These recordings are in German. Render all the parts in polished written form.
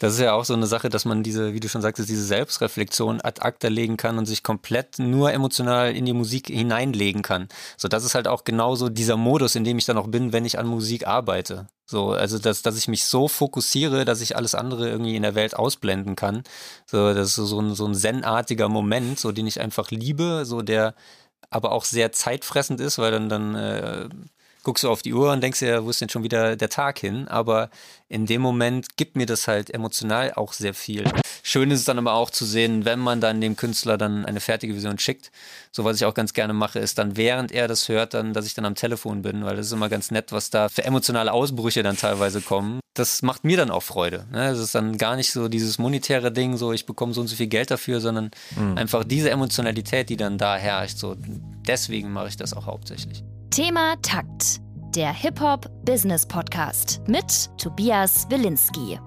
Das ist ja auch so eine Sache, dass man diese, wie du schon sagtest, diese Selbstreflexion ad acta legen kann und sich komplett nur emotional in die Musik hineinlegen kann. So, das ist halt auch genauso dieser Modus, in dem ich dann auch bin, wenn ich an Musik arbeite. So, also dass ich mich so fokussiere, dass ich alles andere irgendwie in der Welt ausblenden kann. So, das ist so ein zen-artiger Moment, so den ich einfach liebe, so der aber auch sehr zeitfressend ist, weil dann guckst du auf die Uhr und denkst dir, wo ist denn schon wieder der Tag hin? Aber in dem Moment gibt mir das halt emotional auch sehr viel. Schön ist es dann aber auch zu sehen, wenn man dann dem Künstler dann eine fertige Version schickt. So, was ich auch ganz gerne mache, ist dann, während er das hört, dann, dass ich dann am Telefon bin, weil das ist immer ganz nett, was da für emotionale Ausbrüche dann teilweise kommen. Das macht mir dann auch Freude. Ne? Das ist dann gar nicht so dieses monetäre Ding, so ich bekomme so und so viel Geld dafür, sondern einfach diese Emotionalität, die dann da herrscht. So, deswegen mache ich das auch hauptsächlich. Thema Takt, der Hip-Hop-Business-Podcast mit Tobias Wilinski.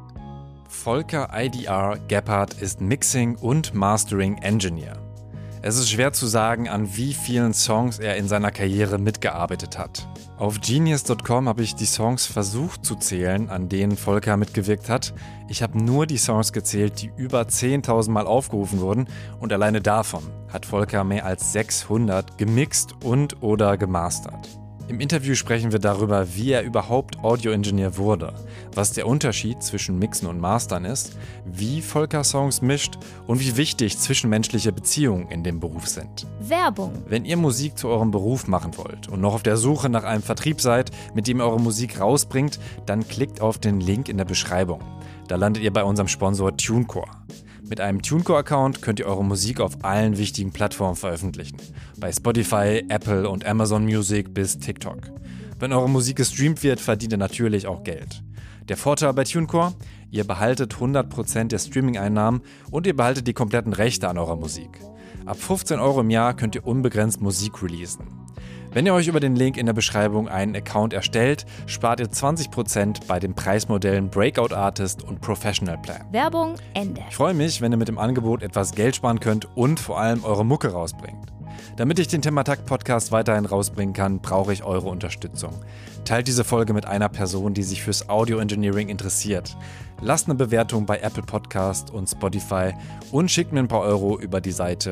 Volker IDR Gebhardt ist Mixing- und Mastering-Engineer. Es ist schwer zu sagen, an wie vielen Songs er in seiner Karriere mitgearbeitet hat. Auf Genius.com habe ich die Songs versucht zu zählen, an denen Volker mitgewirkt hat. Ich habe nur die Songs gezählt, die über 10.000 Mal aufgerufen wurden, und alleine davon hat Volker mehr als 600 gemixt und oder gemastert. Im Interview sprechen wir darüber, wie er überhaupt Audio-Ingenieur wurde, was der Unterschied zwischen Mixen und Mastern ist, wie Volker Songs mischt und wie wichtig zwischenmenschliche Beziehungen in dem Beruf sind. Werbung. Wenn ihr Musik zu eurem Beruf machen wollt und noch auf der Suche nach einem Vertrieb seid, mit dem ihr eure Musik rausbringt, dann klickt auf den Link in der Beschreibung. Da landet ihr bei unserem Sponsor TuneCore. Mit einem TuneCore-Account könnt ihr eure Musik auf allen wichtigen Plattformen veröffentlichen. Bei Spotify, Apple und Amazon Music bis TikTok. Wenn eure Musik gestreamt wird, verdient ihr natürlich auch Geld. Der Vorteil bei TuneCore? Ihr behaltet 100% der Streaming-Einnahmen und ihr behaltet die kompletten Rechte an eurer Musik. Ab 15 € im Jahr könnt ihr unbegrenzt Musik releasen. Wenn ihr euch über den Link in der Beschreibung einen Account erstellt, spart ihr 20% bei den Preismodellen Breakout Artist und Professional Plan. Werbung Ende. Ich freue mich, wenn ihr mit dem Angebot etwas Geld sparen könnt und vor allem eure Mucke rausbringt. Damit ich den Thematakt-Podcast weiterhin rausbringen kann, brauche ich eure Unterstützung. Teilt diese Folge mit einer Person, die sich fürs Audio-Engineering interessiert. Lasst eine Bewertung bei Apple Podcast und Spotify und schickt mir ein paar Euro über die Seite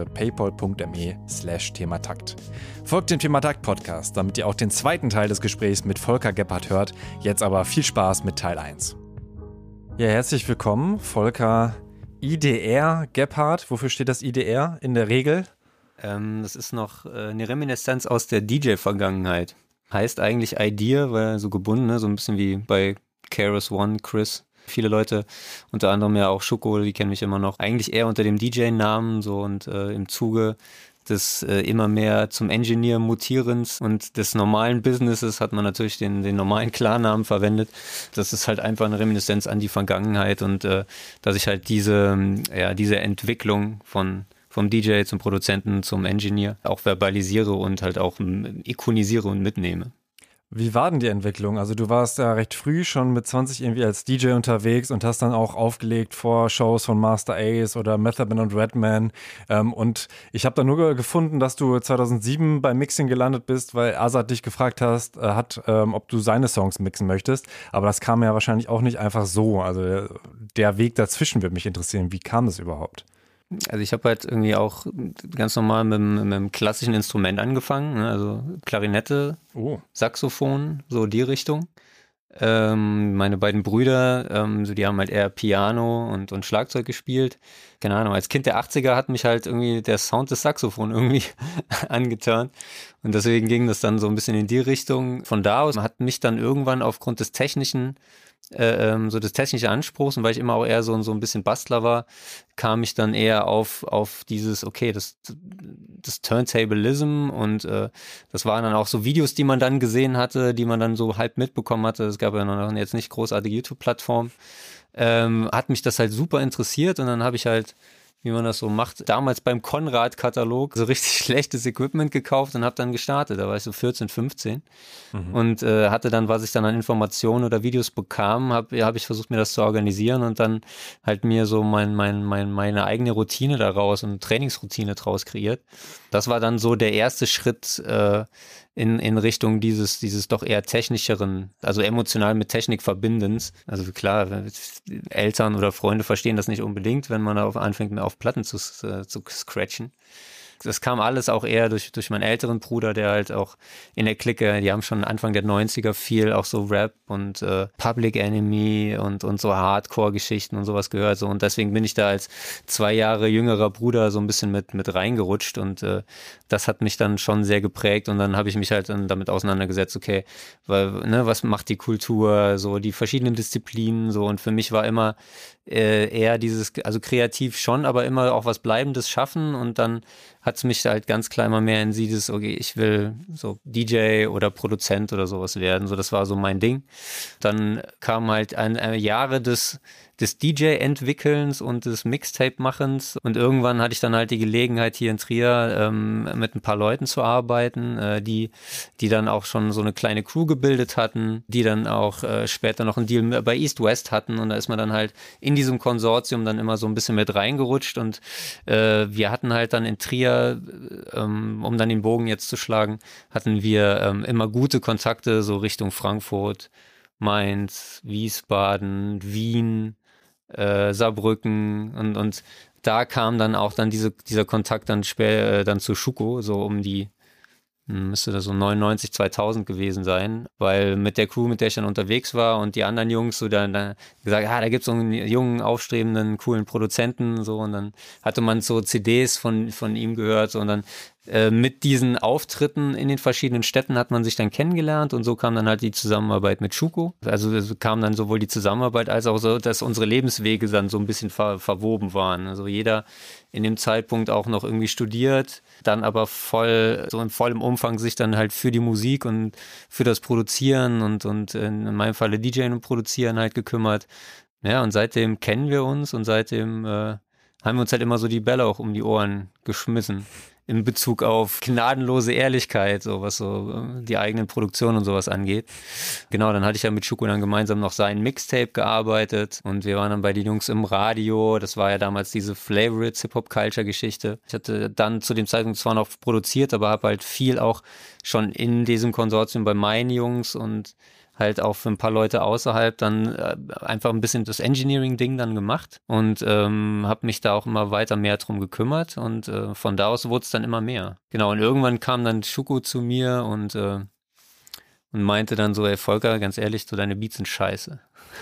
paypal.me/Thematakt. Folgt dem Thematakt-Podcast, damit ihr auch den zweiten Teil des Gesprächs mit Volker Gebhardt hört. Jetzt aber viel Spaß mit Teil 1. Ja, herzlich willkommen, Volker IDR Gebhardt. Wofür steht das IDR in der Regel? Das ist noch eine Reminiszenz aus der DJ-Vergangenheit. Heißt eigentlich Idea, weil so gebunden, ne? So ein bisschen wie bei KRS-One, Chris. Viele Leute, unter anderem ja auch Schuko, die kennen mich immer noch, eigentlich eher unter dem DJ-Namen so, und im Zuge des immer mehr zum Engineer mutierens und des normalen Businesses hat man natürlich den normalen Klarnamen verwendet. Das ist halt einfach eine Reminiszenz an die Vergangenheit und dass ich halt diese Entwicklung vom DJ zum Produzenten zum Engineer auch verbalisiere und halt auch ikonisiere und mitnehme. Wie war denn die Entwicklung? Also du warst ja recht früh schon mit 20 irgendwie als DJ unterwegs und hast dann auch aufgelegt vor Shows von Master Ace oder Method Man und Redman. Und ich habe da nur gefunden, dass du 2007 beim Mixing gelandet bist, weil Azad dich gefragt hat, ob du seine Songs mixen möchtest. Aber das kam ja wahrscheinlich auch nicht einfach so. Also der Weg dazwischen würde mich interessieren. Wie kam das überhaupt? Also ich habe halt irgendwie auch ganz normal mit einem klassischen Instrument angefangen, ne? Also Klarinette, Saxophon, so die Richtung. Meine beiden Brüder, die haben halt eher Piano und Schlagzeug gespielt. Keine Ahnung, als Kind der 80er hat mich halt irgendwie der Sound des Saxophon irgendwie angetan. Und deswegen ging das dann so ein bisschen in die Richtung. Von da aus hat mich dann irgendwann aufgrund des technischen Anspruchs und weil ich immer auch eher so ein bisschen Bastler war, kam ich dann eher auf dieses, okay, das Turntablism und das waren dann auch so Videos, die man dann gesehen hatte, die man dann so halb mitbekommen hatte. Es gab ja noch jetzt nicht großartige YouTube-Plattformen. Hat mich das halt super interessiert und dann habe ich halt, wie man das so macht, damals beim Konrad-Katalog so richtig schlechtes Equipment gekauft und habe dann gestartet. Da war ich so 14, 15 und hatte dann, was ich dann an Informationen oder Videos bekam, habe ich versucht, mir das zu organisieren und dann halt mir so meine eigene Routine daraus und Trainingsroutine draus kreiert. Das war dann so der erste Schritt in Richtung dieses doch eher technischeren, also emotional mit Technik verbindens. Also klar, Eltern oder Freunde verstehen das nicht unbedingt, wenn man anfängt, auf Platten zu scratchen. Das kam alles auch eher durch meinen älteren Bruder, der halt auch in der Clique, die haben schon Anfang der 90er viel auch so Rap und Public Enemy und so Hardcore-Geschichten und sowas gehört. So. Und deswegen bin ich da als 2 Jahre jüngerer Bruder so ein bisschen mit reingerutscht und das hat mich dann schon sehr geprägt und dann habe ich mich halt dann damit auseinandergesetzt, okay, weil, ne, was macht die Kultur, so die verschiedenen Disziplinen so und für mich war immer eher dieses, also kreativ schon, aber immer auch was Bleibendes schaffen und dann hat es mich halt ganz klar immer mehr in dieses, okay, ich will so DJ oder Produzent oder sowas werden, so das war so mein Ding. Dann kam halt Jahre des DJ-Entwickelns und des Mixtape-Machens und irgendwann hatte ich dann halt die Gelegenheit hier in Trier mit ein paar Leuten zu arbeiten, die dann auch schon so eine kleine Crew gebildet hatten, die dann auch später noch einen Deal bei East West hatten und da ist man dann halt in diesem Konsortium dann immer so ein bisschen mit reingerutscht und wir hatten halt dann in Trier, um dann den Bogen jetzt zu schlagen, hatten wir immer gute Kontakte so Richtung Frankfurt, Mainz, Wiesbaden, Wien, Saarbrücken und da kam dann auch dann dieser Kontakt dann dann zu Schuko, so um die, müsste das so 99, 2000 gewesen sein, weil mit der Crew, mit der ich dann unterwegs war und die anderen Jungs so dann gesagt, da gibt's so einen jungen, aufstrebenden, coolen Produzenten so und dann hatte man so CDs von ihm gehört so, und dann mit diesen Auftritten in den verschiedenen Städten hat man sich dann kennengelernt und so kam dann halt die Zusammenarbeit mit Schuko. Also kam dann sowohl die Zusammenarbeit als auch so, dass unsere Lebenswege dann so ein bisschen verwoben waren. Also jeder in dem Zeitpunkt auch noch irgendwie studiert, dann aber in vollem Umfang sich dann halt für die Musik und für das Produzieren und in meinem Falle DJen und Produzieren halt gekümmert. Ja, und seitdem kennen wir uns und seitdem haben wir uns halt immer so die Bälle auch um die Ohren geschmissen. In Bezug auf gnadenlose Ehrlichkeit, so was so die eigenen Produktionen und sowas angeht. Genau, dann hatte ich ja mit Schuko dann gemeinsam noch sein Mixtape gearbeitet und wir waren dann bei den Jungs im Radio. Das war ja damals diese Favorites Hip-Hop-Culture-Geschichte. Ich hatte dann zu dem Zeitpunkt zwar noch produziert, aber habe halt viel auch schon in diesem Konsortium bei meinen Jungs und halt auch für ein paar Leute außerhalb dann einfach ein bisschen das Engineering-Ding dann gemacht und habe mich da auch immer weiter mehr drum gekümmert und von da aus wurde es dann immer mehr. Genau, und irgendwann kam dann Schuko zu mir und meinte dann so, ey Volker, ganz ehrlich, so deine Beats sind scheiße.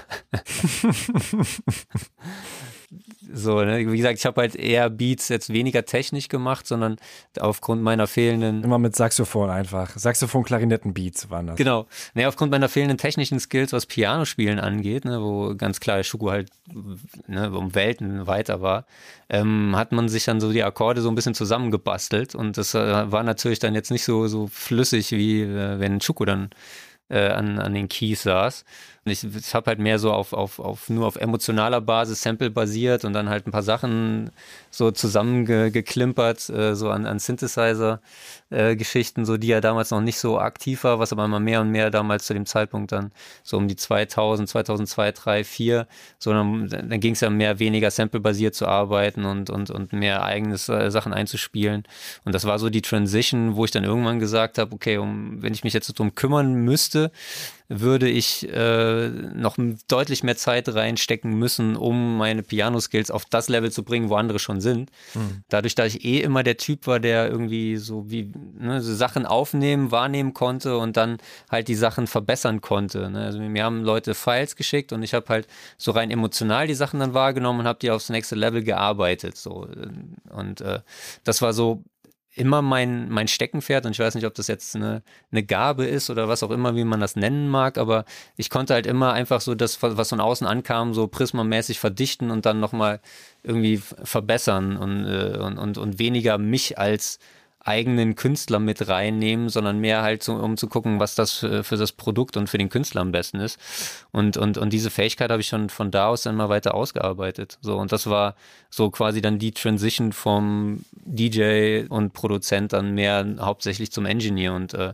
So, ne? Wie gesagt, ich habe halt eher Beats jetzt weniger technisch gemacht, sondern aufgrund meiner fehlenden... Immer mit Saxophon einfach. Saxophon-Klarinetten-Beats waren das. Genau. Ne, aufgrund meiner fehlenden technischen Skills, was Pianospielen angeht, ne, wo ganz klar der Schuko halt um Welten weiter war, hat man sich dann so die Akkorde so ein bisschen zusammengebastelt und das war natürlich dann jetzt nicht so flüssig, wie wenn Schuko dann an den Keys saß. Und ich habe halt mehr so nur auf emotionaler Basis, Sample basiert und dann halt ein paar Sachen so zusammengeklimpert, so an Synthesizer-Geschichten, so die ja damals noch nicht so aktiv war, was aber immer mehr und mehr damals zu dem Zeitpunkt dann so um die 2000, 2002, 3, 4, sondern dann ging es ja mehr weniger Sample-basiert zu arbeiten und mehr eigenes Sachen einzuspielen. Und das war so die Transition, wo ich dann irgendwann gesagt habe, okay, wenn ich mich jetzt drum kümmern müsste, würde ich noch deutlich mehr Zeit reinstecken müssen, um meine Piano-Skills auf das Level zu bringen, wo andere schon sind. Dadurch, dass ich immer der Typ war, der irgendwie so so Sachen aufnehmen, wahrnehmen konnte und dann halt die Sachen verbessern konnte. Ne? Also mir haben Leute Files geschickt und ich habe halt so rein emotional die Sachen dann wahrgenommen und habe die aufs nächste Level gearbeitet. So. Und das war so immer mein Steckenpferd und ich weiß nicht, ob das jetzt eine Gabe ist oder was auch immer, wie man das nennen mag, aber ich konnte halt immer einfach so das, was von außen ankam, so prismamäßig verdichten und dann nochmal irgendwie verbessern und weniger mich als eigenen Künstler mit reinnehmen, sondern mehr halt so, um zu gucken, was das für das Produkt und für den Künstler am besten ist. Und diese Fähigkeit habe ich schon von da aus dann mal weiter ausgearbeitet. So, und das war so quasi dann die Transition vom DJ und Produzent dann mehr hauptsächlich zum Engineer. Und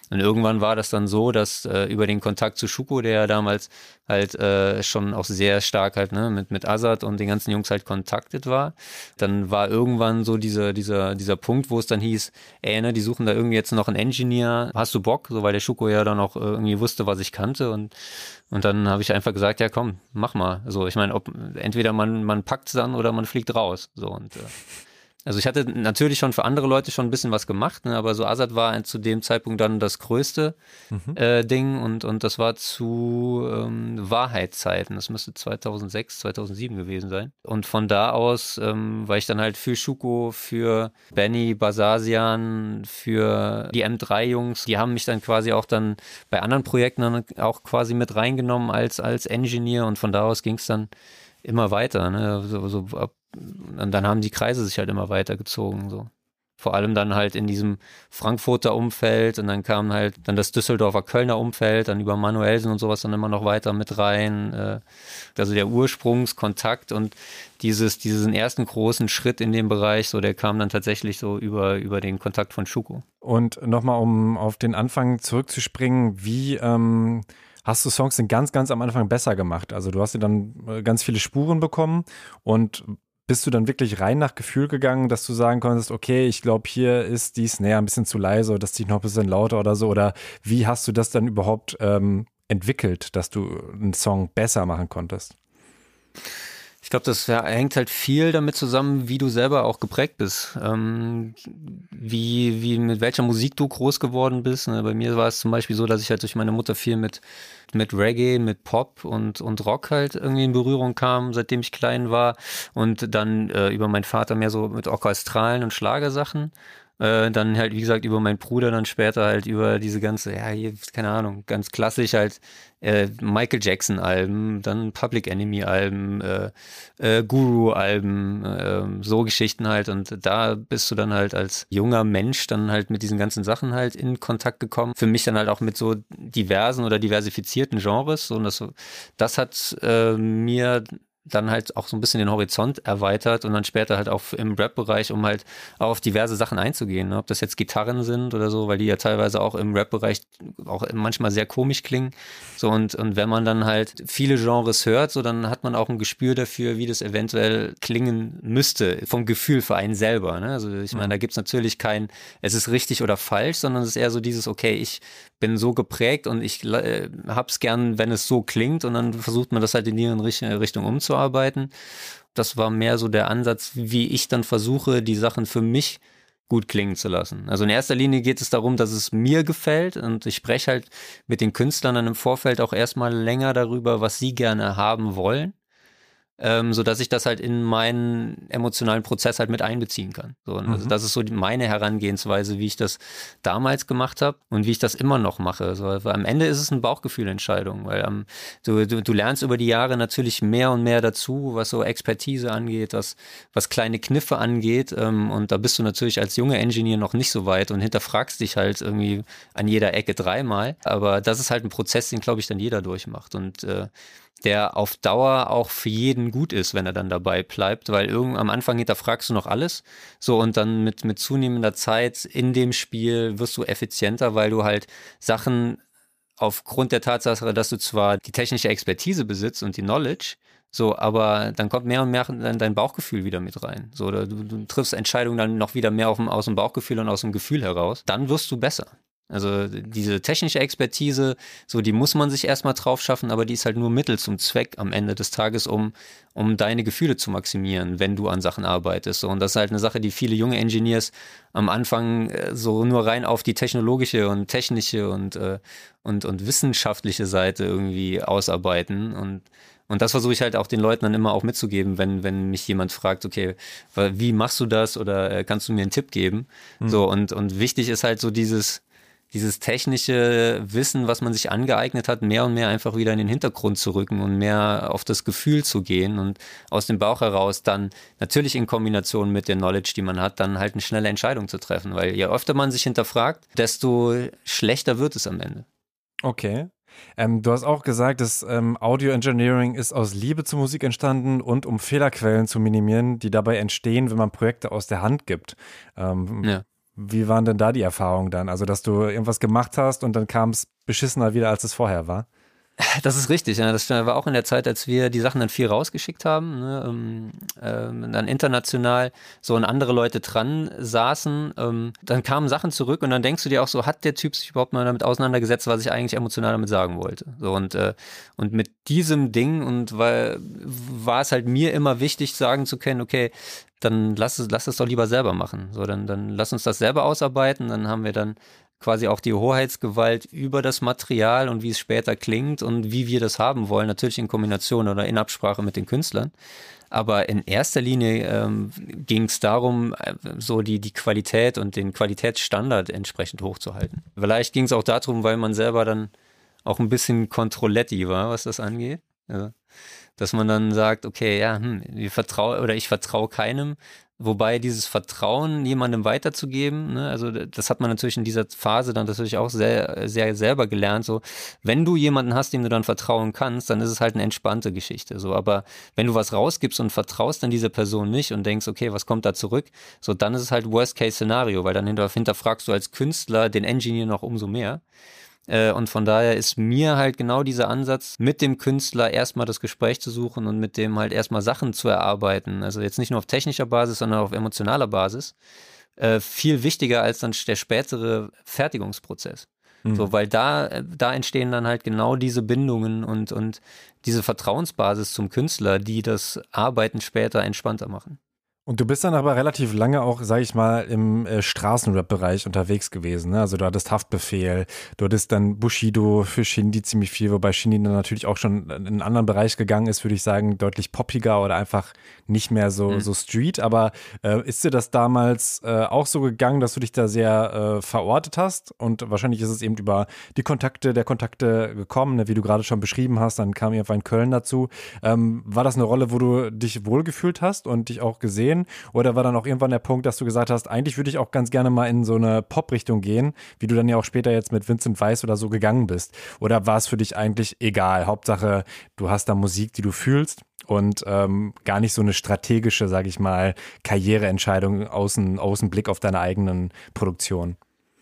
Und irgendwann war das dann so, dass über den Kontakt zu Schuko, der ja damals halt schon auch sehr stark halt mit Azad und den ganzen Jungs halt kontaktet war, dann war irgendwann so dieser Punkt, wo es dann hieß, ey, die suchen da irgendwie jetzt noch einen Engineer, hast du Bock? So, weil der Schuko ja dann auch irgendwie wusste, was ich kannte und dann habe ich einfach gesagt, ja komm, mach mal. So, ich meine, entweder man packt's dann oder man fliegt raus. So und also ich hatte natürlich schon für andere Leute schon ein bisschen was gemacht, aber so Azad war zu dem Zeitpunkt dann das größte Ding und das war zu Wahrheitszeiten. Das müsste 2006, 2007 gewesen sein. Und von da aus war ich dann halt für Schuko, für Benny, Basasian, für die M3-Jungs. Die haben mich dann quasi auch dann bei anderen Projekten dann auch quasi mit reingenommen als Engineer und von da aus ging es dann immer weiter, ne? Und dann haben die Kreise sich halt immer weiter gezogen, so. Vor allem dann halt in diesem Frankfurter Umfeld und dann kam halt dann das Düsseldorfer Kölner Umfeld, dann über Manuelsen und sowas dann immer noch weiter mit rein. Also der Ursprungskontakt und diesen ersten großen Schritt in dem Bereich, so der kam dann tatsächlich so über den Kontakt von Schuko. Und nochmal, um auf den Anfang zurückzuspringen, wie hast du Songs denn ganz, ganz am Anfang besser gemacht? Also du hast dir dann ganz viele Spuren bekommen und bist du dann wirklich rein nach Gefühl gegangen, dass du sagen konntest, okay, ich glaube, hier ist die Snare ein bisschen zu leise oder das zieht noch ein bisschen lauter oder so? Oder wie hast du das dann überhaupt entwickelt, dass du einen Song besser machen konntest? Ich glaube, das hängt halt viel damit zusammen, wie du selber auch geprägt bist, mit welcher Musik du groß geworden bist. Bei mir war es zum Beispiel so, dass ich halt durch meine Mutter viel mit Reggae, mit Pop und Rock halt irgendwie in Berührung kam, seitdem ich klein war und dann über meinen Vater mehr so mit orchestralen und Schlagersachen. Dann halt, wie gesagt, über meinen Bruder dann später halt über diese ganze, ja, hier, keine Ahnung, ganz klassisch halt Michael Jackson-Alben, dann Public Enemy-Alben, Guru-Alben, so Geschichten halt und da bist du dann halt als junger Mensch dann halt mit diesen ganzen Sachen halt in Kontakt gekommen. Für mich dann halt auch mit so diversen oder diversifizierten Genres und das hat mir dann halt auch so ein bisschen den Horizont erweitert und dann später halt auch im Rap-Bereich, um halt auch auf diverse Sachen einzugehen, ne? Ob das jetzt Gitarren sind oder so, weil die ja teilweise auch im Rap-Bereich auch manchmal sehr komisch klingen. So und wenn man dann halt viele Genres hört, so dann hat man auch ein Gespür dafür, wie das eventuell klingen müsste, vom Gefühl für einen selber, ne? Also ich meine, da gibt's natürlich es ist richtig oder falsch, sondern es ist eher so dieses, okay, ich bin so geprägt und ich hab's gern, wenn es so klingt und dann versucht man das halt in die Richtung umzuarbeiten. Das war mehr so der Ansatz, wie ich dann versuche, die Sachen für mich gut klingen zu lassen. Also in erster Linie geht es darum, dass es mir gefällt und ich spreche halt mit den Künstlern dann im Vorfeld auch erstmal länger darüber, was sie gerne haben wollen. So dass ich das halt in meinen emotionalen Prozess halt mit einbeziehen kann. So, also das ist so meine Herangehensweise, wie ich das damals gemacht habe und wie ich das immer noch mache. So, weil am Ende ist es eine Bauchgefühlentscheidung, weil du lernst über die Jahre natürlich mehr und mehr dazu, was so Expertise angeht, was kleine Kniffe angeht und da bist du natürlich als junger Engineer noch nicht so weit und hinterfragst dich halt irgendwie an jeder Ecke dreimal, aber das ist halt ein Prozess, den glaube ich dann jeder durchmacht und der auf Dauer auch für jeden gut ist, wenn er dann dabei bleibt, weil am Anfang hinterfragst du noch alles, so und dann mit zunehmender Zeit in dem Spiel wirst du effizienter, weil du halt Sachen aufgrund der Tatsache, dass du zwar die technische Expertise besitzt und die Knowledge, so, aber dann kommt mehr und mehr dein Bauchgefühl wieder mit rein. So, du triffst Entscheidungen dann noch wieder mehr aus dem Bauchgefühl und aus dem Gefühl heraus. Dann wirst du besser. Also diese technische Expertise, so die muss man sich erstmal drauf schaffen, aber die ist halt nur Mittel zum Zweck am Ende des Tages, um deine Gefühle zu maximieren, wenn du an Sachen arbeitest. So, und das ist halt eine Sache, die viele junge Engineers am Anfang so nur rein auf die technologische und technische und wissenschaftliche Seite irgendwie ausarbeiten und das versuche ich halt auch den Leuten dann immer auch mitzugeben, wenn mich jemand fragt, okay, wie machst du das oder kannst du mir einen Tipp geben? So, und wichtig ist halt so dieses technische Wissen, was man sich angeeignet hat, mehr und mehr einfach wieder in den Hintergrund zu rücken und mehr auf das Gefühl zu gehen und aus dem Bauch heraus dann natürlich in Kombination mit der Knowledge, die man hat, dann halt eine schnelle Entscheidung zu treffen, weil je öfter man sich hinterfragt, desto schlechter wird es am Ende. Okay. Du hast auch gesagt, dass Audio Engineering ist aus Liebe zur Musik entstanden und um Fehlerquellen zu minimieren, die dabei entstehen, wenn man Projekte aus der Hand gibt. Ja. Wie waren denn da die Erfahrungen dann? Also, dass du irgendwas gemacht hast und dann kam es beschissener wieder, als es vorher war? Das ist richtig, ja. Das war auch in der Zeit, als wir die Sachen dann viel rausgeschickt haben, ne, dann international so und andere Leute dran saßen, dann kamen Sachen zurück und dann denkst du dir auch so, hat der Typ sich überhaupt mal damit auseinandergesetzt, was ich eigentlich emotional damit sagen wollte? So und mit diesem Ding war es halt mir immer wichtig, sagen zu können, okay, dann lass es doch lieber selber machen. So, dann lass uns das selber ausarbeiten, dann haben wir dann quasi auch die Hoheitsgewalt über das Material und wie es später klingt und wie wir das haben wollen, natürlich in Kombination oder in Absprache mit den Künstlern. Aber in erster Linie ging es darum, so die Qualität und den Qualitätsstandard entsprechend hochzuhalten. Vielleicht ging es auch darum, weil man selber dann auch ein bisschen Controletti war, was das angeht. Ja. Dass man dann sagt, okay, ja, ich vertraue keinem. Wobei dieses Vertrauen jemandem weiterzugeben, ne, also das hat man natürlich in dieser Phase dann natürlich auch sehr, sehr selber gelernt. So, wenn du jemanden hast, dem du dann vertrauen kannst, dann ist es halt eine entspannte Geschichte. So, aber wenn du was rausgibst und vertraust dann dieser Person nicht und denkst, okay, was kommt da zurück? So, dann ist es halt Worst-Case-Szenario, weil dann hinterfragst du als Künstler den Engineer noch umso mehr. Und von daher ist mir halt genau dieser Ansatz, mit dem Künstler erstmal das Gespräch zu suchen und mit dem halt erstmal Sachen zu erarbeiten, also jetzt nicht nur auf technischer Basis, sondern auf emotionaler Basis, viel wichtiger als dann der spätere Fertigungsprozess. So, weil da entstehen dann halt genau diese Bindungen und diese Vertrauensbasis zum Künstler, die das Arbeiten später entspannter machen. Und du bist dann aber relativ lange auch, sag ich mal, im Straßenrap-Bereich unterwegs gewesen, ne? Also du hattest Haftbefehl, du hattest dann Bushido für Shindy ziemlich viel, wobei Shindy dann natürlich auch schon in einen anderen Bereich gegangen ist, würde ich sagen, deutlich poppiger oder einfach nicht mehr so Street. Aber ist dir das damals auch so gegangen, dass du dich da sehr verortet hast? Und wahrscheinlich ist es eben über die Kontakte gekommen, ne? Wie du gerade schon beschrieben hast, dann kam irgendwann Köln dazu. War das eine Rolle, wo du dich wohlgefühlt hast und dich auch gesehen? Oder war dann auch irgendwann der Punkt, dass du gesagt hast, eigentlich würde ich auch ganz gerne mal in so eine Pop-Richtung gehen, wie du dann ja auch später jetzt mit Vincent Weiss oder so gegangen bist? Oder war es für dich eigentlich egal? Hauptsache, du hast da Musik, die du fühlst und gar nicht so eine strategische, sag ich mal, Karriereentscheidung, Außenblick auf deine eigenen Produktionen?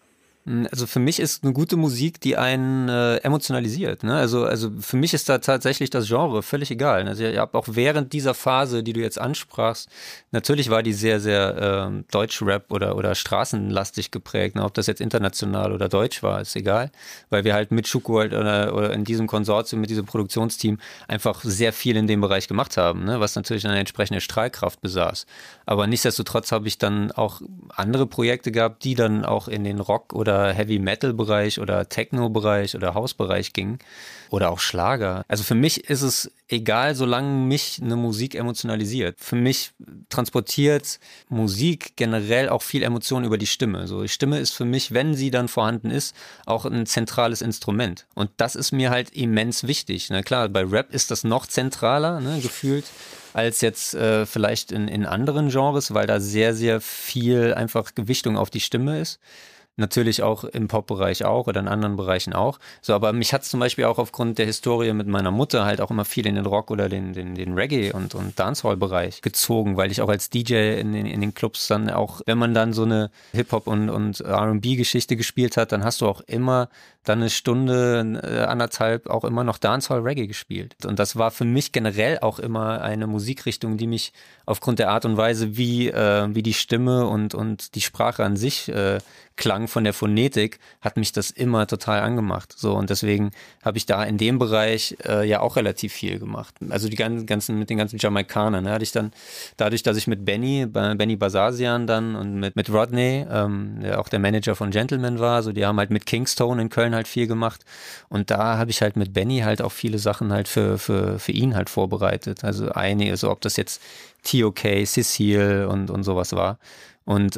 Also für mich ist eine gute Musik, die einen emotionalisiert. Ne? Also für mich ist da tatsächlich das Genre völlig egal. Also ich habe auch während dieser Phase, die du jetzt ansprachst, natürlich war die sehr, sehr Deutsch-Rap oder straßenlastig geprägt. Ne? Ob das jetzt international oder deutsch war, ist egal. Weil wir halt mit Schuko halt, oder in diesem Konsortium, mit diesem Produktionsteam einfach sehr viel in dem Bereich gemacht haben, ne? Was natürlich eine entsprechende Strahlkraft besaß. Aber nichtsdestotrotz habe ich dann auch andere Projekte gehabt, die dann auch in den Rock- oder Heavy-Metal-Bereich oder Techno-Bereich oder House-Bereich ging oder auch Schlager. Also für mich ist es egal, solange mich eine Musik emotionalisiert. Für mich transportiert Musik generell auch viel Emotion über die Stimme. So, die Stimme ist für mich, wenn sie dann vorhanden ist, auch ein zentrales Instrument. Und das ist mir halt immens wichtig. Na klar, bei Rap ist das noch zentraler, ne, gefühlt, als jetzt vielleicht in anderen Genres, weil da sehr, sehr viel einfach Gewichtung auf die Stimme ist. Natürlich auch im Pop-Bereich auch oder in anderen Bereichen auch. So, aber mich hat es zum Beispiel auch aufgrund der Historie mit meiner Mutter halt auch immer viel in den Rock oder den Reggae und Dancehall-Bereich gezogen, weil ich auch als DJ in den Clubs dann auch, wenn man dann so eine Hip-Hop und R&B-Geschichte gespielt hat, dann hast du auch immer dann eine Stunde, anderthalb auch immer noch Dancehall-Reggae gespielt. Und das war für mich generell auch immer eine Musikrichtung, die mich aufgrund der Art und Weise, wie die Stimme und die Sprache an sich klang von der Phonetik, hat mich das immer total angemacht. So, und deswegen habe ich da in dem Bereich ja auch relativ viel gemacht. Also die ganzen mit den ganzen Jamaikanern, hatte ich dann, dadurch, dass ich mit Benny Basasian dann und mit Rodney, der auch der Manager von Gentleman war, so die haben halt mit Kingstone in Köln halt viel gemacht. Und da habe ich halt mit Benny halt auch viele Sachen halt für ihn halt vorbereitet. Also einige, so ob das jetzt TOK, Cecile und sowas war. Und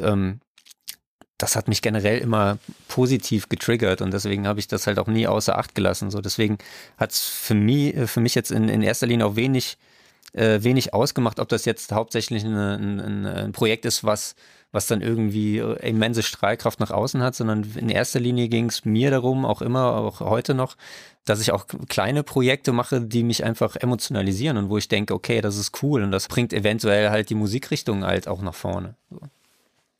das hat mich generell immer positiv getriggert und deswegen habe ich das halt auch nie außer Acht gelassen. So, deswegen hat es für mich jetzt in erster Linie auch wenig ausgemacht, ob das jetzt hauptsächlich ein Projekt ist, was dann irgendwie immense Strahlkraft nach außen hat, sondern in erster Linie ging es mir darum, auch heute noch, dass ich auch kleine Projekte mache, die mich einfach emotionalisieren und wo ich denke, okay, das ist cool und das bringt eventuell halt die Musikrichtung halt auch nach vorne. So.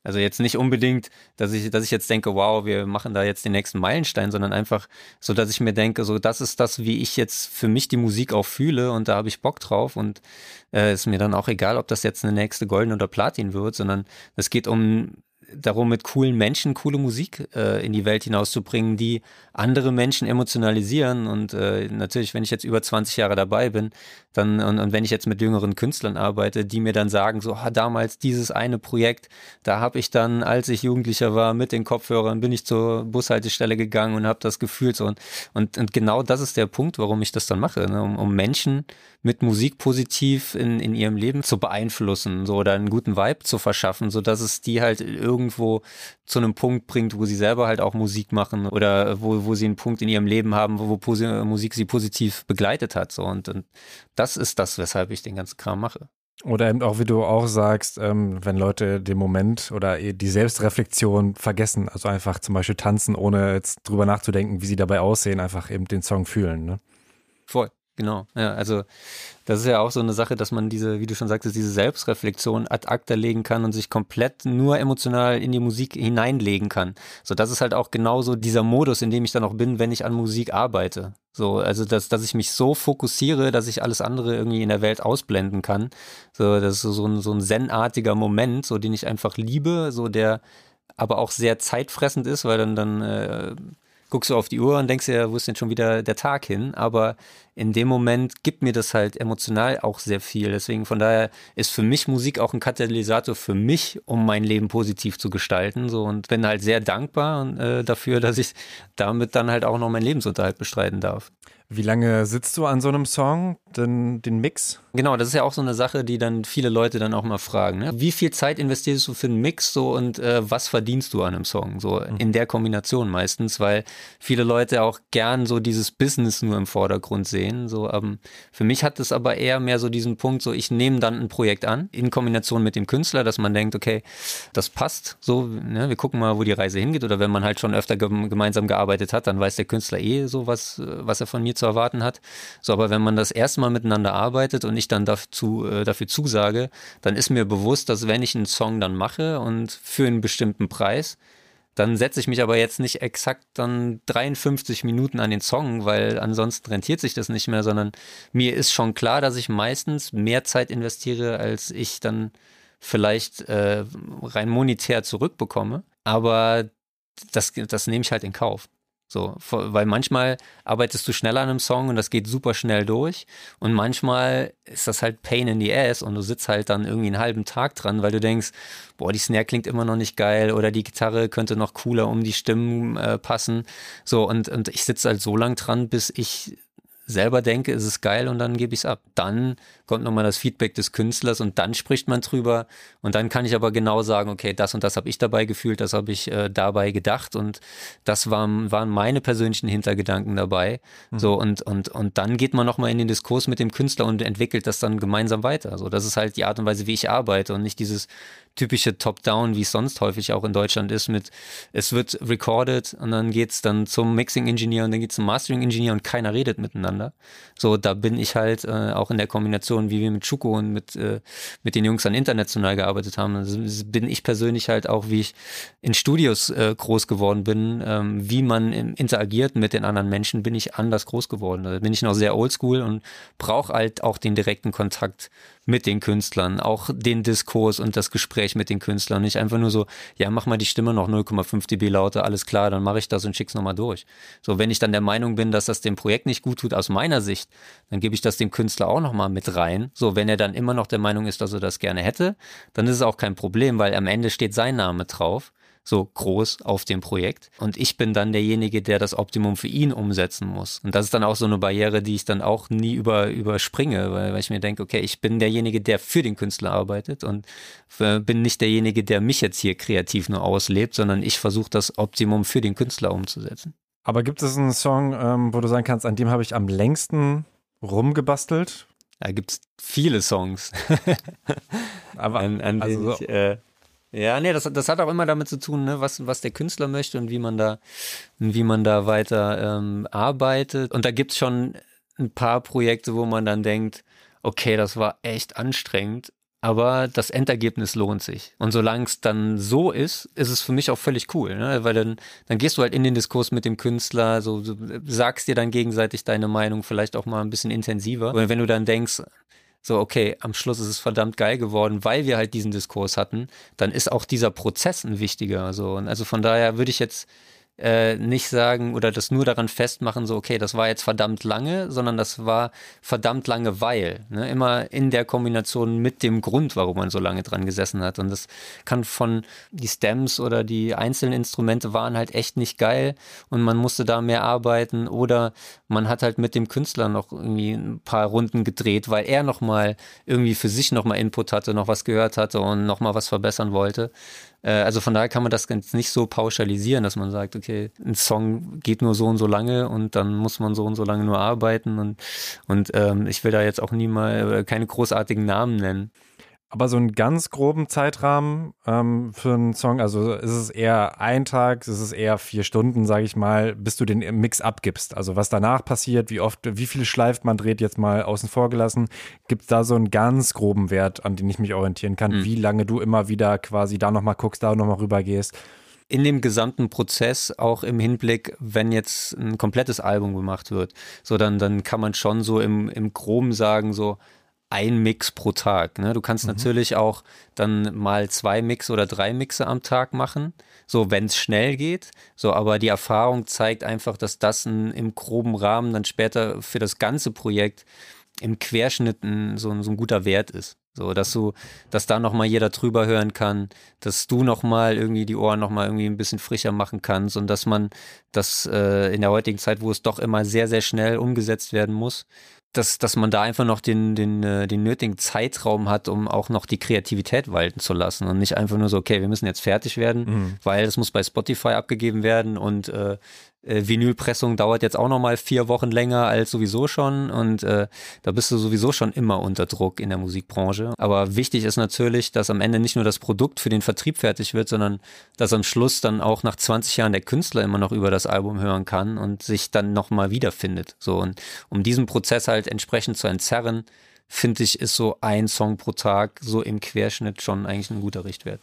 Also jetzt nicht unbedingt, dass ich jetzt denke, wow, wir machen da jetzt den nächsten Meilenstein, sondern einfach so, dass ich mir denke, so das ist das, wie ich jetzt für mich die Musik auch fühle und da habe ich Bock drauf und ist mir dann auch egal, ob das jetzt eine nächste Golden oder Platin wird, sondern es geht darum, mit coolen Menschen coole Musik in die Welt hinauszubringen, die andere Menschen emotionalisieren und natürlich, wenn ich jetzt über 20 Jahre dabei bin, dann und wenn ich jetzt mit jüngeren Künstlern arbeite, die mir dann sagen, so damals dieses eine Projekt, da habe ich dann, als ich Jugendlicher war, mit den Kopfhörern bin ich zur Bushaltestelle gegangen und habe das gefühlt so und genau das ist der Punkt, warum ich das dann mache, ne? Um Menschen mit Musik positiv in ihrem Leben zu beeinflussen, so oder einen guten Vibe zu verschaffen, so dass es die halt irgendwo zu einem Punkt bringt, wo sie selber halt auch Musik machen oder wo sie einen Punkt in ihrem Leben haben, wo Musik sie positiv begleitet hat, so und das ist das, weshalb ich den ganzen Kram mache. Oder eben auch, wie du auch sagst, wenn Leute den Moment oder die Selbstreflexion vergessen, also einfach zum Beispiel tanzen, ohne jetzt drüber nachzudenken, wie sie dabei aussehen, einfach eben den Song fühlen, ne? Voll. Genau, ja, also das ist ja auch so eine Sache, dass man diese, wie du schon sagtest, diese Selbstreflexion ad acta legen kann und sich komplett nur emotional in die Musik hineinlegen kann. So, das ist halt auch genauso dieser Modus, in dem ich dann auch bin, wenn ich an Musik arbeite. So, also dass ich mich so fokussiere, dass ich alles andere irgendwie in der Welt ausblenden kann. So, das ist so ein zen-artiger Moment, so den ich einfach liebe, so der aber auch sehr zeitfressend ist, weil dann guckst du auf die Uhr und denkst dir, wo ist denn schon wieder der Tag hin? Aber in dem Moment gibt mir das halt emotional auch sehr viel. Deswegen von daher ist für mich Musik auch ein Katalysator für mich, um mein Leben positiv zu gestalten. So und bin halt sehr dankbar dafür, dass ich damit dann halt auch noch meinen Lebensunterhalt bestreiten darf. Wie lange sitzt du an so einem Song, den Mix? Genau, das ist ja auch so eine Sache, die dann viele Leute dann auch mal fragen. Ne? Wie viel Zeit investierst du für einen Mix so und was verdienst du an einem Song? So in der Kombination meistens, weil viele Leute auch gern so dieses Business nur im Vordergrund sehen. So, für mich hat es aber eher mehr so diesen Punkt, so ich nehme dann ein Projekt an, in Kombination mit dem Künstler, dass man denkt, okay, das passt so, ne? Wir gucken mal, wo die Reise hingeht. Oder wenn man halt schon öfter gemeinsam gearbeitet hat, dann weiß der Künstler so was er von mir zu erwarten hat. So, aber wenn man das erste Mal miteinander arbeitet und ich dann dafür zusage, dann ist mir bewusst, dass wenn ich einen Song dann mache und für einen bestimmten Preis, dann setze ich mich aber jetzt nicht exakt dann 53 Minuten an den Song, weil ansonsten rentiert sich das nicht mehr, sondern mir ist schon klar, dass ich meistens mehr Zeit investiere, als ich dann vielleicht rein monetär zurückbekomme. Aber das nehme ich halt in Kauf. So, weil manchmal arbeitest du schneller an einem Song und das geht super schnell durch und manchmal ist das halt Pain in the Ass und du sitzt halt dann irgendwie einen halben Tag dran, weil du denkst, boah, die Snare klingt immer noch nicht geil oder die Gitarre könnte noch cooler um die Stimmen passen. So, und ich sitze halt so lang dran, bis ich selber denke, ist es geil und dann gebe ich es ab. Dann kommt nochmal das Feedback des Künstlers und dann spricht man drüber und dann kann ich aber genau sagen, okay, das und das habe ich dabei gefühlt, das habe ich dabei gedacht und das waren meine persönlichen Hintergedanken dabei. So und dann geht man nochmal in den Diskurs mit dem Künstler und entwickelt das dann gemeinsam weiter. So, das ist halt die Art und Weise, wie ich arbeite und nicht dieses typische Top-Down, wie es sonst häufig auch in Deutschland ist, mit es wird recorded und dann geht's dann zum Mixing-Ingenieur und dann geht's zum Mastering-Ingenieur und keiner redet miteinander. So, da bin ich halt auch in der Kombination, wie wir mit Schuko und mit den Jungs dann international gearbeitet haben, also bin ich persönlich halt auch, wie ich in Studios groß geworden bin, wie man interagiert mit den anderen Menschen, bin ich anders groß geworden. Da bin ich noch sehr oldschool und brauche halt auch den direkten Kontakt mit den Künstlern, auch den Diskurs und das Gespräch mit den Künstlern. Nicht einfach nur so, ja, mach mal die Stimme noch 0,5 dB lauter, alles klar, dann mache ich das und schick's nochmal durch. So, wenn ich dann der Meinung bin, dass das dem Projekt nicht gut tut, aus meiner Sicht, dann gebe ich das dem Künstler auch nochmal mit rein. So, wenn er dann immer noch der Meinung ist, dass er das gerne hätte, dann ist es auch kein Problem, weil am Ende steht sein Name drauf, so groß auf dem Projekt. Und ich bin dann derjenige, der das Optimum für ihn umsetzen muss. Und das ist dann auch so eine Barriere, die ich dann auch nie überspringe, weil ich mir denke, okay, ich bin derjenige, der für den Künstler arbeitet und bin nicht derjenige, der mich jetzt hier kreativ nur auslebt, sondern ich versuche das Optimum für den Künstler umzusetzen. Aber gibt es einen Song, wo du sagen kannst, an dem habe ich am längsten rumgebastelt? Da gibt es viele Songs. Aber an denen ich ja, nee, das hat auch immer damit zu tun, ne, was der Künstler möchte und wie man da weiter arbeitet. Und da gibt's schon ein paar Projekte, wo man dann denkt, okay, das war echt anstrengend, aber das Endergebnis lohnt sich. Und solange es dann so ist, ist es für mich auch völlig cool, ne? Weil dann gehst du halt in den Diskurs mit dem Künstler, so sagst dir dann gegenseitig deine Meinung, vielleicht auch mal ein bisschen intensiver. Und wenn du dann denkst, so, okay, am Schluss ist es verdammt geil geworden, weil wir halt diesen Diskurs hatten, dann ist auch dieser Prozess ein wichtiger. So. Und also von daher würde ich jetzt nicht sagen oder das nur daran festmachen, so okay, das war jetzt verdammt lange, sondern das war verdammt lange, weil, ne, immer in der Kombination mit dem Grund, warum man so lange dran gesessen hat. Und das kann die Stems oder die einzelnen Instrumente waren halt echt nicht geil und man musste da mehr arbeiten oder man hat halt mit dem Künstler noch irgendwie ein paar Runden gedreht, weil er nochmal irgendwie für sich nochmal Input hatte, noch was gehört hatte und nochmal was verbessern wollte. Also von daher kann man das ganz nicht so pauschalisieren, dass man sagt, okay, ein Song geht nur so und so lange und dann muss man so und so lange nur arbeiten und ich will da jetzt auch keine großartigen Namen nennen. Aber so einen ganz groben Zeitrahmen für einen Song, also ist es eher ein Tag, ist es eher 4 Stunden, sage ich mal, bis du den Mix abgibst. Also was danach passiert, wie viele Schleifen man dreht, jetzt mal außen vor gelassen, gibt es da so einen ganz groben Wert, an den ich mich orientieren kann, wie lange du immer wieder quasi da nochmal guckst, da nochmal rüber gehst. In dem gesamten Prozess, auch im Hinblick, wenn jetzt ein komplettes Album gemacht wird, so dann kann man schon so im Groben sagen, so ein Mix pro Tag. Ne? Du kannst natürlich auch dann mal 2 Mixe oder 3 Mixe am Tag machen, so wenn es schnell geht. So, aber die Erfahrung zeigt einfach, dass das im groben Rahmen dann später für das ganze Projekt im Querschnitt so ein guter Wert ist. So, dass da nochmal jeder drüber hören kann, dass du nochmal irgendwie die Ohren nochmal irgendwie ein bisschen frischer machen kannst und dass man das in der heutigen Zeit, wo es doch immer sehr, sehr schnell umgesetzt werden muss, dass man da einfach noch den nötigen Zeitraum hat, um auch noch die Kreativität walten zu lassen und nicht einfach nur so, okay, wir müssen jetzt fertig werden, weil das muss bei Spotify abgegeben werden und Vinylpressung dauert jetzt auch nochmal 4 Wochen länger als sowieso schon und da bist du sowieso schon immer unter Druck in der Musikbranche. Aber wichtig ist natürlich, dass am Ende nicht nur das Produkt für den Vertrieb fertig wird, sondern dass am Schluss dann auch nach 20 Jahren der Künstler immer noch über das Album hören kann und sich dann nochmal wiederfindet. So, und um diesen Prozess halt entsprechend zu entzerren, finde ich, ist so ein Song pro Tag so im Querschnitt schon eigentlich ein guter Richtwert.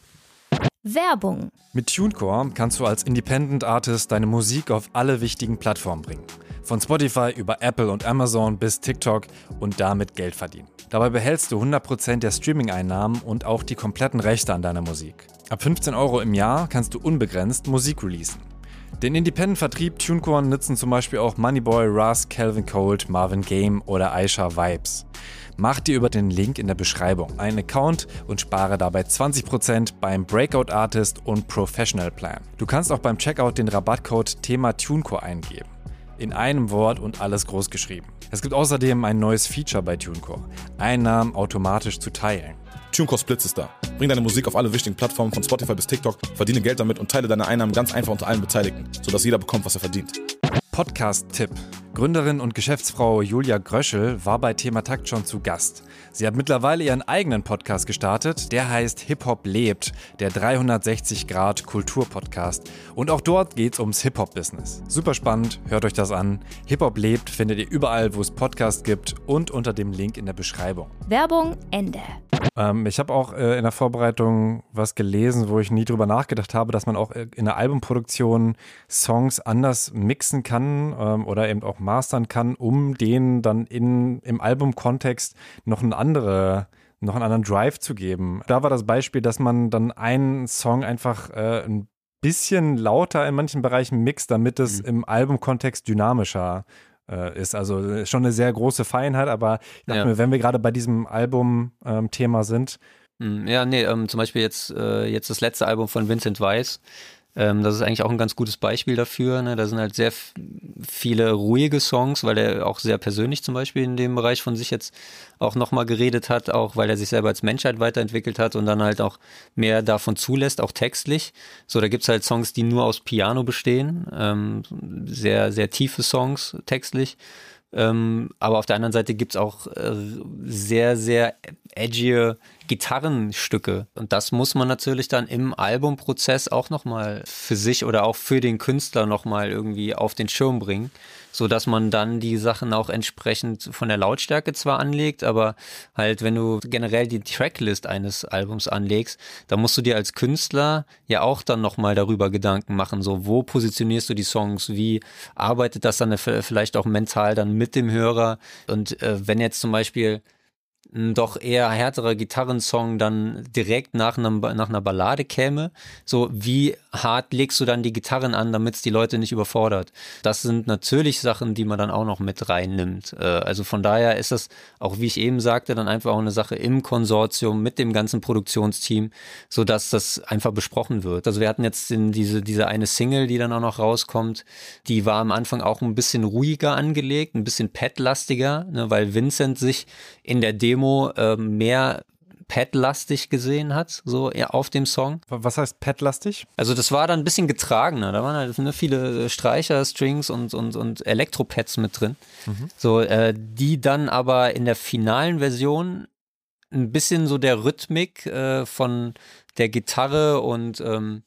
Werbung. Mit TuneCore kannst du als Independent Artist deine Musik auf alle wichtigen Plattformen bringen. Von Spotify über Apple und Amazon bis TikTok und damit Geld verdienen. Dabei behältst du 100% der Streaming-Einnahmen und auch die kompletten Rechte an deiner Musik. Ab 15 € im Jahr kannst du unbegrenzt Musik releasen. Den Independent-Vertrieb TuneCore nutzen zum Beispiel auch Moneyboy, Russ, Calvin Colt, Marvin Game oder Aisha Vibes. Mach dir über den Link in der Beschreibung einen Account und spare dabei 20% beim Breakout Artist und Professional Plan. Du kannst auch beim Checkout den Rabattcode Thema TuneCore eingeben. In einem Wort und alles groß geschrieben. Es gibt außerdem ein neues Feature bei TuneCore: Einnahmen automatisch zu teilen. TuneCore Splits ist da. Bring deine Musik auf alle wichtigen Plattformen von Spotify bis TikTok, verdiene Geld damit und teile deine Einnahmen ganz einfach unter allen Beteiligten, sodass jeder bekommt, was er verdient. Podcast-Tipp. Gründerin und Geschäftsfrau Julia Gröschel war bei Thema Takt schon zu Gast. Sie hat mittlerweile ihren eigenen Podcast gestartet, der heißt Hip-Hop lebt, der 360-Grad-Kultur-Podcast. Und auch dort geht's ums Hip-Hop-Business. Super spannend, hört euch das an. Hip-Hop lebt findet ihr überall, wo es Podcasts gibt und unter dem Link in der Beschreibung. Werbung Ende. Ich habe auch in der Vorbereitung was gelesen, wo ich nie drüber nachgedacht habe, dass man auch in der Albumproduktion Songs anders mixen kann oder eben auch mastern kann, um denen dann im Albumkontext noch einen anderen Drive zu geben. Da war das Beispiel, dass man dann einen Song einfach ein bisschen lauter in manchen Bereichen mixt, damit es im Albumkontext dynamischer ist. Also schon eine sehr große Feinheit, aber ich dachte mir, wenn wir gerade bei diesem Album-Thema sind. Ja, nee, zum Beispiel jetzt das letzte Album von Vincent Weiss. Das ist eigentlich auch ein ganz gutes Beispiel dafür. Ne? Da sind halt sehr viele ruhige Songs, weil er auch sehr persönlich zum Beispiel in dem Bereich von sich jetzt auch nochmal geredet hat, auch weil er sich selber als Menschheit weiterentwickelt hat und dann halt auch mehr davon zulässt, auch textlich. So, da gibt's halt Songs, die nur aus Piano bestehen, sehr, sehr tiefe Songs textlich. Aber auf der anderen Seite gibt's auch sehr, sehr edgy Gitarrenstücke. Und das muss man natürlich dann im Albumprozess auch nochmal für sich oder auch für den Künstler nochmal irgendwie auf den Schirm bringen. so dass man dann die Sachen auch entsprechend von der Lautstärke zwar anlegt, aber halt, wenn du generell die Tracklist eines Albums anlegst, dann musst du dir als Künstler ja auch dann nochmal darüber Gedanken machen, so wo positionierst du die Songs, wie arbeitet das dann vielleicht auch mental dann mit dem Hörer und wenn jetzt zum Beispiel doch eher härterer Gitarrensong dann direkt nach einer Ballade käme, so wie hart legst du dann die Gitarren an, damit es die Leute nicht überfordert. Das sind natürlich Sachen, die man dann auch noch mit reinnimmt. Also von daher ist das, auch wie ich eben sagte, dann einfach auch eine Sache im Konsortium mit dem ganzen Produktionsteam, sodass das einfach besprochen wird. Also wir hatten jetzt diese eine Single, die dann auch noch rauskommt, die war am Anfang auch ein bisschen ruhiger angelegt, ein bisschen Pad-lastiger, ne, weil Vincent sich in der Demo mehr Pad-lastig gesehen hat, so auf dem Song. Was heißt Pad-lastig? Also das war dann ein bisschen getragener, da waren halt viele Streicher, Strings und Elektropads mit drin, so die dann aber in der finalen Version ein bisschen so der Rhythmik von der Gitarre und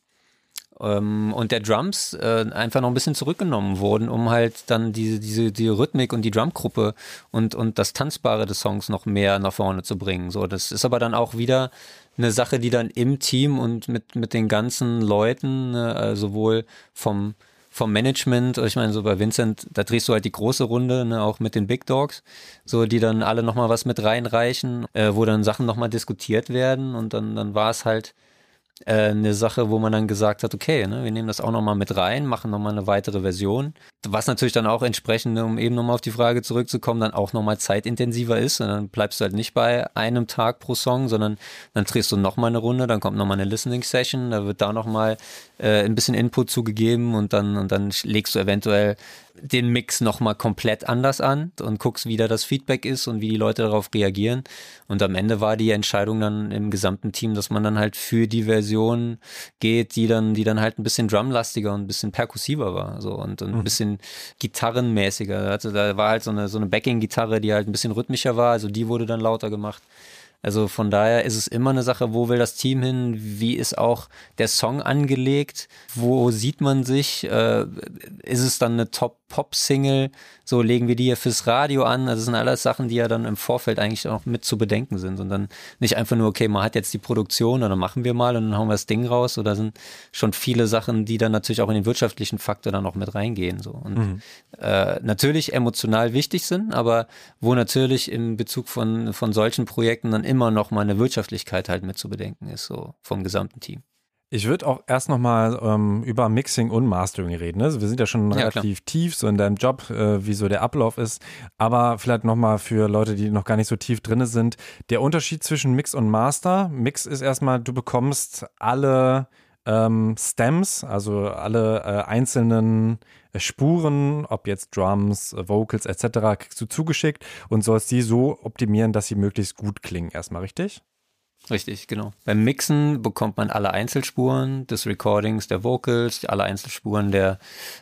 der Drums einfach noch ein bisschen zurückgenommen wurden, um halt dann die Rhythmik und die Drumgruppe und das Tanzbare des Songs noch mehr nach vorne zu bringen. So, das ist aber dann auch wieder eine Sache, die dann im Team und mit den ganzen Leuten, ne, sowohl vom Management, ich meine, so bei Vincent, da drehst du halt die große Runde, ne, auch mit den Big Dogs, so die dann alle nochmal was mit reinreichen, wo dann Sachen nochmal diskutiert werden und dann war es halt eine Sache, wo man dann gesagt hat, okay, ne, wir nehmen das auch nochmal mit rein, machen nochmal eine weitere Version, was natürlich dann auch entsprechend, um eben nochmal auf die Frage zurückzukommen, dann auch nochmal zeitintensiver ist und dann bleibst du halt nicht bei einem Tag pro Song, sondern dann drehst du nochmal eine Runde, dann kommt nochmal eine Listening-Session, da wird da nochmal ein bisschen Input zugegeben und dann legst du eventuell den Mix nochmal komplett anders an und guckst, wie da das Feedback ist und wie die Leute darauf reagieren. Und am Ende war die Entscheidung dann im gesamten Team, dass man dann halt für die Version geht, die dann halt ein bisschen drumlastiger und ein bisschen perkussiver war, so und ein bisschen gitarrenmäßiger. Also da war halt so eine Backing-Gitarre, die halt ein bisschen rhythmischer war, also die wurde dann lauter gemacht. Also von daher ist es immer eine Sache, wo will das Team hin, wie ist auch der Song angelegt, wo sieht man sich, ist es dann eine Top-Pop-Single, so legen wir die hier fürs Radio an, also das sind alles Sachen, die ja dann im Vorfeld eigentlich auch mit zu bedenken sind und dann nicht einfach nur, okay, man hat jetzt die Produktion und dann machen wir mal und dann hauen wir das Ding raus, oder sind schon viele Sachen, die dann natürlich auch in den wirtschaftlichen Faktor dann auch mit reingehen, so und natürlich emotional wichtig sind, aber wo natürlich im Bezug von solchen Projekten dann immer noch mal eine Wirtschaftlichkeit halt mit zu bedenken ist, so vom gesamten Team. Ich würde auch erst nochmal über Mixing und Mastering reden. Ne? Also wir sind ja schon relativ tief so in deinem Job, wie so der Ablauf ist. Aber vielleicht nochmal für Leute, die noch gar nicht so tief drin sind. Der Unterschied zwischen Mix und Master. Mix ist erstmal, du bekommst alle Stems, also alle einzelnen Spuren, ob jetzt Drums, Vocals etc., kriegst du zugeschickt und sollst die so optimieren, dass sie möglichst gut klingen. Erstmal, richtig? Richtig, genau. Beim Mixen bekommt man alle Einzelspuren des Recordings, der Vocals, alle Einzelspuren der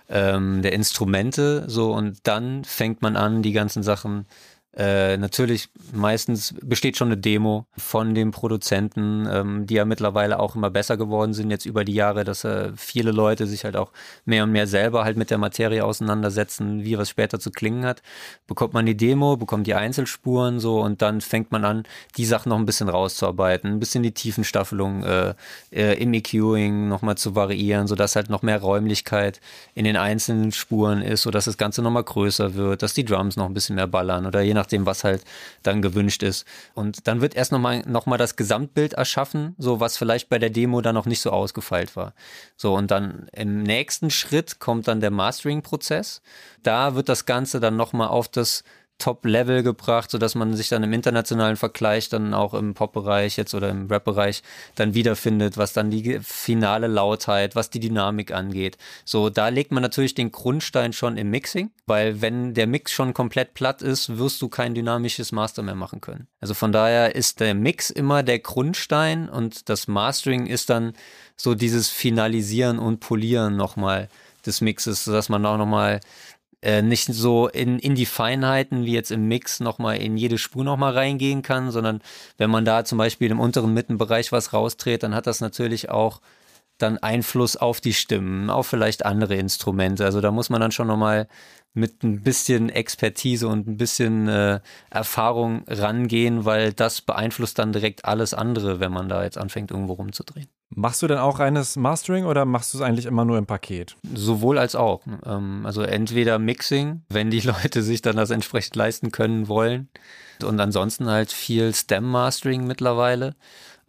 Instrumente, so, und dann fängt man an, die ganzen Sachen natürlich, meistens besteht schon eine Demo von dem Produzenten, die ja mittlerweile auch immer besser geworden sind jetzt über die Jahre, dass viele Leute sich halt auch mehr und mehr selber halt mit der Materie auseinandersetzen, wie was später zu klingen hat. Bekommt man die Demo, bekommt die Einzelspuren so und dann fängt man an, die Sachen noch ein bisschen rauszuarbeiten, ein bisschen die Tiefenstaffelung im EQing nochmal zu variieren, sodass halt noch mehr Räumlichkeit in den einzelnen Spuren ist, sodass das Ganze nochmal größer wird, dass die Drums noch ein bisschen mehr ballern oder je nachdem, was halt dann gewünscht ist. Und dann wird erst nochmal das Gesamtbild erschaffen, so was vielleicht bei der Demo dann noch nicht so ausgefeilt war. So, und dann im nächsten Schritt kommt dann der Mastering-Prozess. Da wird das Ganze dann nochmal auf das Top-Level gebracht, sodass man sich dann im internationalen Vergleich dann auch im Pop-Bereich jetzt oder im Rap-Bereich dann wiederfindet, was dann die finale Lautheit, was die Dynamik angeht. So, da legt man natürlich den Grundstein schon im Mixing, weil wenn der Mix schon komplett platt ist, wirst du kein dynamisches Master mehr machen können. Also von daher ist der Mix immer der Grundstein und das Mastering ist dann so dieses Finalisieren und Polieren nochmal des Mixes, sodass man auch nochmal nicht so in die Feinheiten wie jetzt im Mix nochmal in jede Spur nochmal reingehen kann, sondern wenn man da zum Beispiel im unteren Mittenbereich was rausdreht, dann hat das natürlich auch dann Einfluss auf die Stimmen, auf vielleicht andere Instrumente. Also da muss man dann schon nochmal mit ein bisschen Expertise und ein bisschen Erfahrung rangehen, weil das beeinflusst dann direkt alles andere, wenn man da jetzt anfängt, irgendwo rumzudrehen. Machst du denn auch reines Mastering oder machst du es eigentlich immer nur im Paket? Sowohl als auch. Also entweder Mixing, wenn die Leute sich dann das entsprechend leisten können wollen. Und ansonsten halt viel Stem-Mastering mittlerweile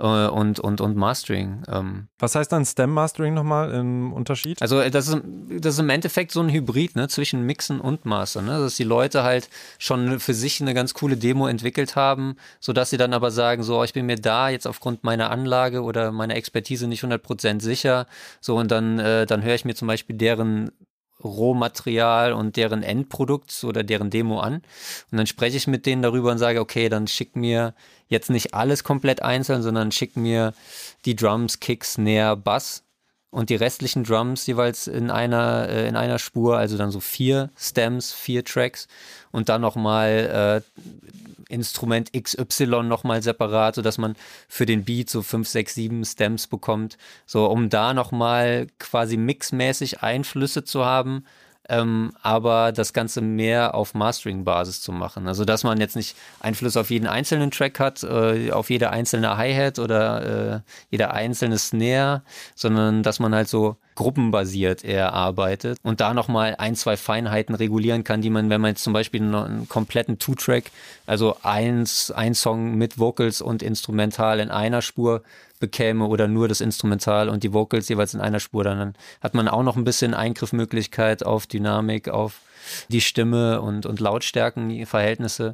und Mastering. Was heißt dann Stem-Mastering nochmal im Unterschied? Also das ist im Endeffekt so ein Hybrid, ne, zwischen Mixen und Mastern, ne? Dass die Leute halt schon für sich eine ganz coole Demo entwickelt haben, sodass sie dann aber sagen, so, ich bin mir da jetzt aufgrund meiner Anlage oder meiner Expertise nicht 100% sicher. So, und dann höre ich mir zum Beispiel deren Rohmaterial und deren Endprodukt oder deren Demo an und dann spreche ich mit denen darüber und sage, okay, dann schick mir jetzt nicht alles komplett einzeln, sondern schick mir die Drums, Kicks, Snare, Bass und die restlichen Drums jeweils in einer Spur, also dann so 4 Stems, 4 Tracks und dann nochmal Instrument XY nochmal separat, sodass man für den Beat so 5, 6, 7 Stems bekommt, so um da nochmal quasi mixmäßig Einflüsse zu haben, aber das Ganze mehr auf Mastering-Basis zu machen. Also dass man jetzt nicht Einfluss auf jeden einzelnen Track hat, auf jede einzelne Hi-Hat oder jede einzelne Snare, sondern dass man halt so gruppenbasiert eher arbeitet und da nochmal 1, 2 Feinheiten regulieren kann, die man, wenn man jetzt zum Beispiel einen kompletten Two-Track, also ein Song mit Vocals und Instrumental in einer Spur bekäme oder nur das Instrumental und die Vocals jeweils in einer Spur, dann hat man auch noch ein bisschen Eingriffmöglichkeit auf Dynamik, auf die Stimme und Lautstärkenverhältnisse.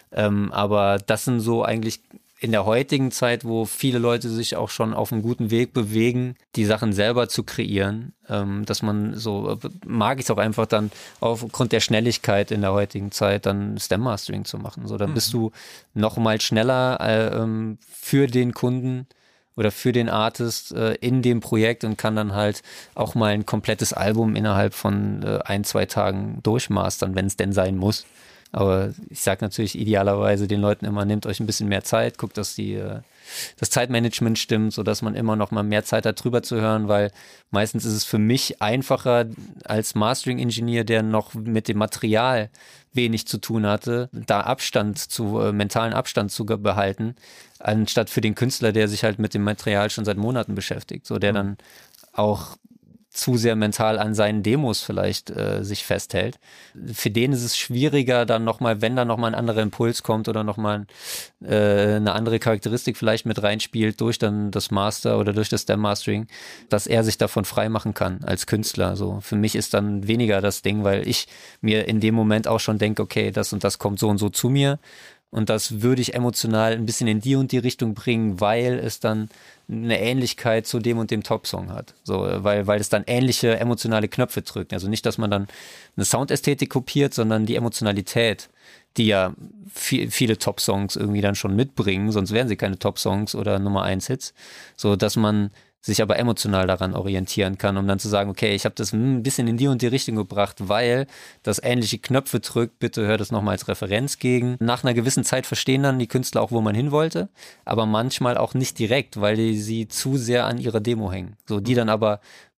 Aber das sind so eigentlich in der heutigen Zeit, wo viele Leute sich auch schon auf einem guten Weg bewegen, die Sachen selber zu kreieren, dass man so, mag ich es auch einfach dann aufgrund der Schnelligkeit in der heutigen Zeit dann Stem-Mastering zu machen. So, dann bist du noch mal schneller für den Kunden oder für den Artist in dem Projekt und kann dann halt auch mal ein komplettes Album innerhalb von 1, 2 Tagen durchmastern, wenn es denn sein muss. Aber ich sage natürlich idealerweise den Leuten immer, nehmt euch ein bisschen mehr Zeit, guckt, dass das Zeitmanagement stimmt, sodass man immer noch mal mehr Zeit hat, drüber zu hören, weil meistens ist es für mich einfacher als Mastering-Ingenieur, der noch mit dem Material wenig zu tun hatte, da mentalen Abstand zu behalten, anstatt für den Künstler, der sich halt mit dem Material schon seit Monaten beschäftigt, so der dann auch zu sehr mental an seinen Demos vielleicht sich festhält. Für den ist es schwieriger, dann nochmal, wenn da nochmal ein anderer Impuls kommt oder nochmal eine andere Charakteristik vielleicht mit reinspielt durch dann das Master oder durch das Stem-Mastering, dass er sich davon freimachen kann als Künstler. So, für mich ist dann weniger das Ding, weil ich mir in dem Moment auch schon denke, okay, das und das kommt so und so zu mir. Und das würde ich emotional ein bisschen in die und die Richtung bringen, weil es dann eine Ähnlichkeit zu dem und dem Top-Song hat. So, weil es dann ähnliche emotionale Knöpfe drückt. Also nicht, dass man dann eine Soundästhetik kopiert, sondern die Emotionalität, die ja viele Top-Songs irgendwie dann schon mitbringen, sonst wären sie keine Top-Songs oder Nummer 1 Hits. So, dass man sich aber emotional daran orientieren kann, um dann zu sagen, okay, ich habe das ein bisschen in die und die Richtung gebracht, weil das ähnliche Knöpfe drückt, bitte hör das nochmal als Referenz gegen. Nach einer gewissen Zeit verstehen dann die Künstler auch, wo man hin wollte, aber manchmal auch nicht direkt, weil sie zu sehr an ihrer Demo hängen. So, die dann aber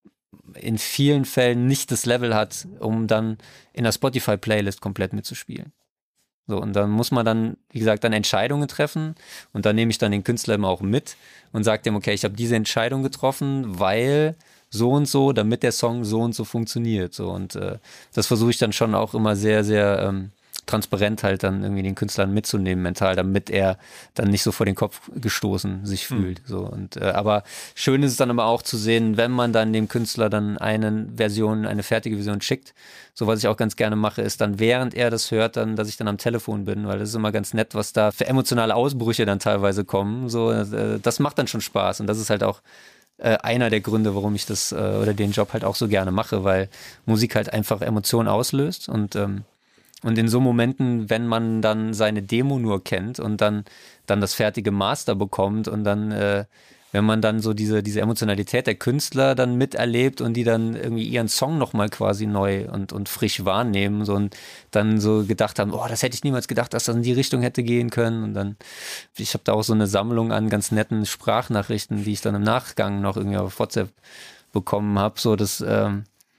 in vielen Fällen nicht das Level hat, um dann in der Spotify-Playlist komplett mitzuspielen. So, und dann muss man dann, wie gesagt, dann Entscheidungen treffen und dann nehme ich dann den Künstler immer auch mit und sage dem, okay, ich habe diese Entscheidung getroffen, weil so und so, damit der Song so und so funktioniert. So, und das versuche ich dann schon auch immer sehr, sehr transparent halt dann irgendwie den Künstlern mitzunehmen mental, damit er dann nicht so vor den Kopf gestoßen sich fühlt. So, und aber schön ist es dann aber auch zu sehen, wenn man dann dem Künstler dann eine fertige Version schickt. So, was ich auch ganz gerne mache, ist dann, während er das hört, dann, dass ich dann am Telefon bin, weil das ist immer ganz nett, was da für emotionale Ausbrüche dann teilweise kommen. So, das macht dann schon Spaß und das ist halt auch einer der Gründe, warum ich das oder den Job halt auch so gerne mache, weil Musik halt einfach Emotionen auslöst und in so Momenten, wenn man dann seine Demo nur kennt und dann das fertige Master bekommt und dann, wenn man dann so diese Emotionalität der Künstler dann miterlebt und die dann irgendwie ihren Song nochmal quasi neu und frisch wahrnehmen so, und dann so gedacht haben, oh, das hätte ich niemals gedacht, dass das in die Richtung hätte gehen können. Und dann, ich habe da auch so eine Sammlung an ganz netten Sprachnachrichten, die ich dann im Nachgang noch irgendwie auf WhatsApp bekommen habe, so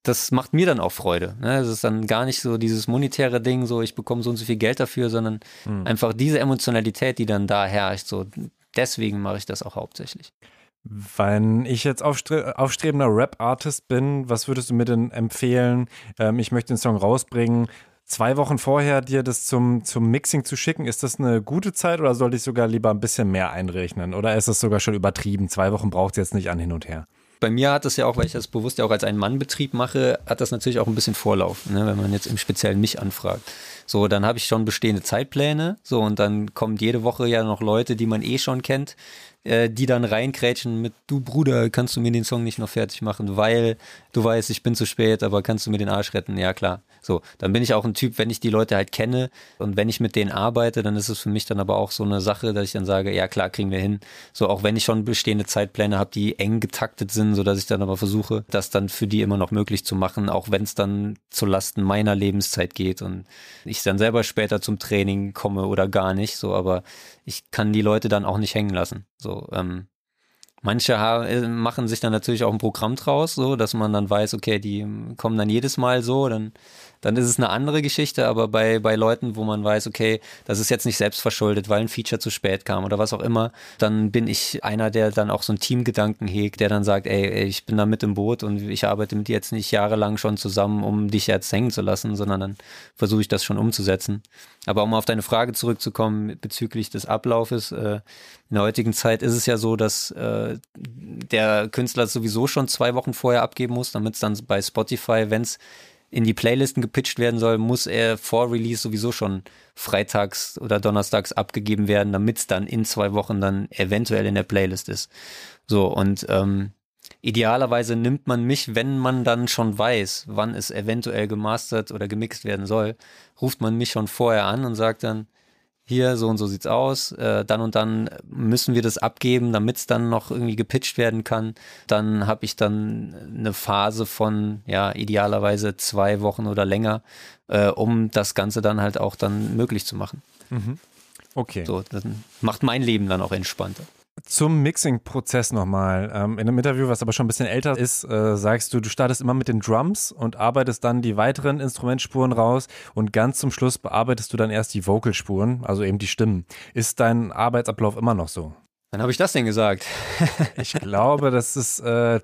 das macht mir dann auch Freude. Ne? Es ist dann gar nicht so dieses monetäre Ding, so ich bekomme so und so viel Geld dafür, sondern einfach diese Emotionalität, die dann da herrscht. So deswegen mache ich das auch hauptsächlich. Wenn ich jetzt aufstrebender Rap-Artist bin, was würdest du mir denn empfehlen? Ich möchte den Song rausbringen. 2 Wochen vorher dir das zum Mixing zu schicken, ist das eine gute Zeit oder sollte ich sogar lieber ein bisschen mehr einrechnen? Oder ist das sogar schon übertrieben? 2 Wochen braucht es jetzt nicht an hin und her. Bei mir hat das ja auch, weil ich das bewusst ja auch als Ein-Mann-Betrieb mache, hat das natürlich auch ein bisschen Vorlauf, ne, wenn man jetzt im Speziellen mich anfragt. So, dann habe ich schon bestehende Zeitpläne, so, und dann kommt jede Woche ja noch Leute, die man eh schon kennt, die dann reinkrätschen mit, du Bruder, kannst du mir den Song nicht noch fertig machen, weil du weißt, ich bin zu spät, aber kannst du mir den Arsch retten? Ja, klar. So, dann bin ich auch ein Typ, wenn ich die Leute halt kenne und wenn ich mit denen arbeite, dann ist es für mich dann aber auch so eine Sache, dass ich dann sage, ja klar, kriegen wir hin. So, auch wenn ich schon bestehende Zeitpläne habe, die eng getaktet sind, sodass ich dann aber versuche, das dann für die immer noch möglich zu machen, auch wenn es dann zu Lasten meiner Lebenszeit geht und ich dann selber später zum Training komme oder gar nicht, so, aber ich kann die Leute dann auch nicht hängen lassen. So, manche machen sich dann natürlich auch ein Programm draus, so, dass man dann weiß, okay, die kommen dann jedes Mal so, dann ist es eine andere Geschichte, aber bei Leuten, wo man weiß, okay, das ist jetzt nicht selbst verschuldet, weil ein Feature zu spät kam oder was auch immer, dann bin ich einer, der dann auch so einen Teamgedanken hegt, der dann sagt, ey, ich bin da mit im Boot und ich arbeite mit dir jetzt nicht jahrelang schon zusammen, um dich jetzt hängen zu lassen, sondern dann versuche ich das schon umzusetzen. Aber um auf deine Frage zurückzukommen bezüglich des Ablaufes, in der heutigen Zeit ist es ja so, dass der Künstler sowieso schon 2 Wochen vorher abgeben muss, damit es dann bei Spotify, wenn es in die Playlisten gepitcht werden soll, muss er vor Release sowieso schon freitags oder donnerstags abgegeben werden, damit es dann in 2 Wochen dann eventuell in der Playlist ist. So, und idealerweise nimmt man mich, wenn man dann schon weiß, wann es eventuell gemastert oder gemixt werden soll, ruft man mich schon vorher an und sagt dann, hier, so und so sieht's aus, dann und dann müssen wir das abgeben, damit es dann noch irgendwie gepitcht werden kann. Dann habe ich dann eine Phase von, ja, idealerweise 2 Wochen oder länger, um das Ganze dann halt auch dann möglich zu machen. Mhm. Okay. So, das macht mein Leben dann auch entspannter. Zum Mixing-Prozess nochmal. In einem Interview, was aber schon ein bisschen älter ist, sagst du, du startest immer mit den Drums und arbeitest dann die weiteren Instrumentspuren raus und ganz zum Schluss bearbeitest du dann erst die Vocalspuren, also eben die Stimmen. Ist dein Arbeitsablauf immer noch so? Wann habe ich das denn gesagt? Ich glaube, das ist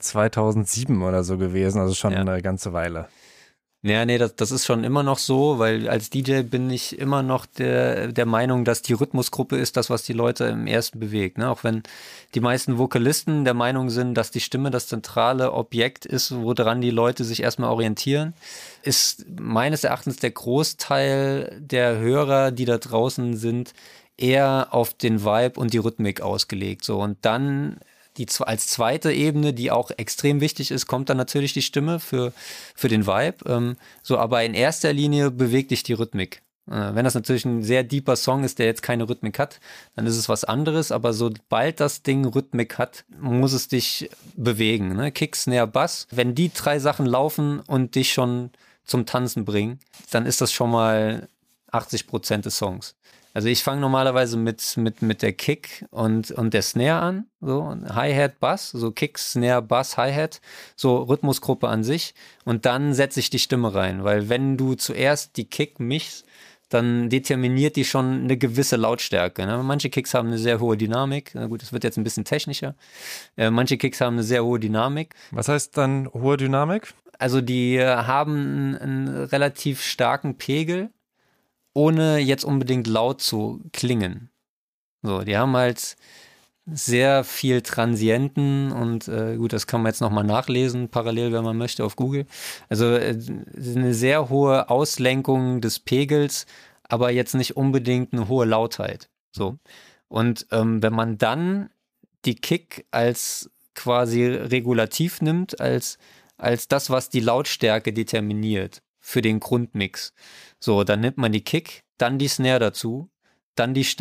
2007 oder so gewesen, also schon eine ganze Weile. Ja, nee, das ist schon immer noch so, weil als DJ bin ich immer noch der Meinung, dass die Rhythmusgruppe ist das, was die Leute im ersten bewegt. Ne? Auch wenn die meisten Vokalisten der Meinung sind, dass die Stimme das zentrale Objekt ist, woran die Leute sich erstmal orientieren, ist meines Erachtens der Großteil der Hörer, die da draußen sind, eher auf den Vibe und die Rhythmik ausgelegt. So, und dann als zweite Ebene, die auch extrem wichtig ist, kommt dann natürlich die Stimme für den Vibe. So, aber in erster Linie bewegt dich die Rhythmik. Wenn das natürlich ein sehr deeper Song ist, der jetzt keine Rhythmik hat, dann ist es was anderes. Aber sobald das Ding Rhythmik hat, muss es dich bewegen. Ne? Kick, Snare, Bass. Wenn die 3 Sachen laufen und dich schon zum Tanzen bringen, dann ist das schon mal 80% des Songs. Also ich fange normalerweise mit der Kick und der Snare an, so Hi-Hat, Bass, so Kick, Snare, Bass, Hi-Hat, so Rhythmusgruppe an sich und dann setze ich die Stimme rein, weil wenn du zuerst die Kick mischst, dann determiniert die schon eine gewisse Lautstärke. Ne? Manche Kicks haben eine sehr hohe Dynamik, na gut, das wird jetzt ein bisschen technischer, manche Kicks haben eine sehr hohe Dynamik. Was heißt dann hohe Dynamik? Also die haben einen relativ starken Pegel, ohne jetzt unbedingt laut zu klingen. So, die haben halt sehr viel Transienten und gut, das kann man jetzt nochmal nachlesen, parallel, wenn man möchte, auf Google. Also eine sehr hohe Auslenkung des Pegels, aber jetzt nicht unbedingt eine hohe Lautheit. So. Und wenn man dann die Kick als quasi regulativ nimmt, als das, was die Lautstärke determiniert für den Grundmix, so, dann nimmt man die Kick, dann die Snare dazu, dann die Stimme.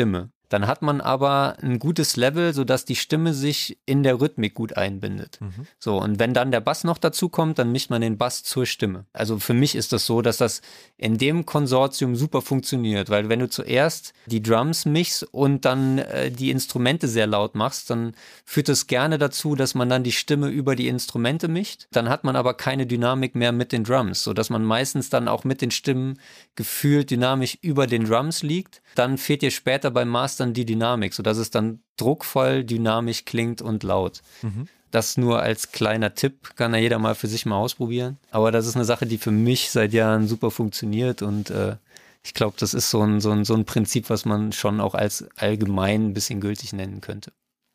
Dann hat man aber ein gutes Level, sodass die Stimme sich in der Rhythmik gut einbindet. So, und wenn dann der Bass noch dazu kommt, dann mischt man den Bass zur Stimme. Also für mich ist das so, dass das in dem Konsortium super funktioniert, weil wenn du zuerst die Drums mischst und dann die Instrumente sehr laut machst, dann führt es gerne dazu, dass man dann die Stimme über die Instrumente mischt. Dann hat man aber keine Dynamik mehr mit den Drums, sodass man meistens dann auch mit den Stimmen gefühlt dynamisch über den Drums liegt. Dann fehlt dir später beim Mastern die Dynamik, sodass es dann druckvoll, dynamisch klingt und laut. Das nur als kleiner Tipp, kann ja jeder mal für sich mal ausprobieren. Aber das ist eine Sache, die für mich seit Jahren super funktioniert und ich glaube, das ist so ein Prinzip, was man schon auch als allgemein ein bisschen gültig nennen könnte.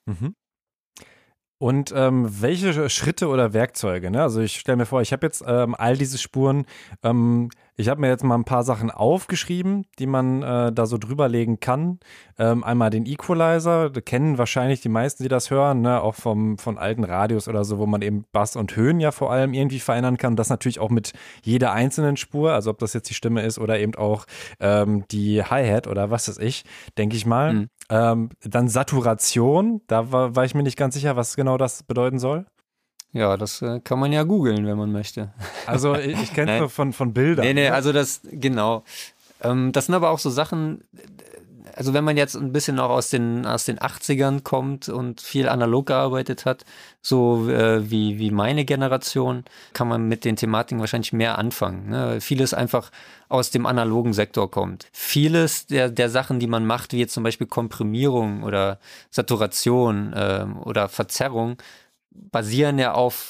Und welche Schritte oder Werkzeuge, ne? Also ich stelle mir vor, ich habe jetzt all diese Spuren, ich habe mir jetzt mal ein paar Sachen aufgeschrieben, die man da so drüberlegen kann. Einmal den Equalizer, da kennen wahrscheinlich die meisten, die das hören, ne? Auch von alten Radios oder so, wo man eben Bass und Höhen ja vor allem irgendwie verändern kann. Das natürlich auch mit jeder einzelnen Spur, also ob das jetzt die Stimme ist oder eben auch die Hi-Hat oder was weiß ich, denke ich mal. Dann Saturation, da war ich mir nicht ganz sicher, was genau das bedeuten soll. Ja, das kann man ja googeln, wenn man möchte. Also ich kenne es nur von Bildern. Nee, also das, genau. Das sind aber auch so Sachen, also wenn man jetzt ein bisschen auch aus den 80ern kommt und viel analog gearbeitet hat, so wie meine Generation, kann man mit den Thematiken wahrscheinlich mehr anfangen. Ne? Vieles einfach aus dem analogen Sektor kommt. Vieles der Sachen, die man macht, wie jetzt zum Beispiel Komprimierung oder Saturation oder Verzerrung, basieren ja auf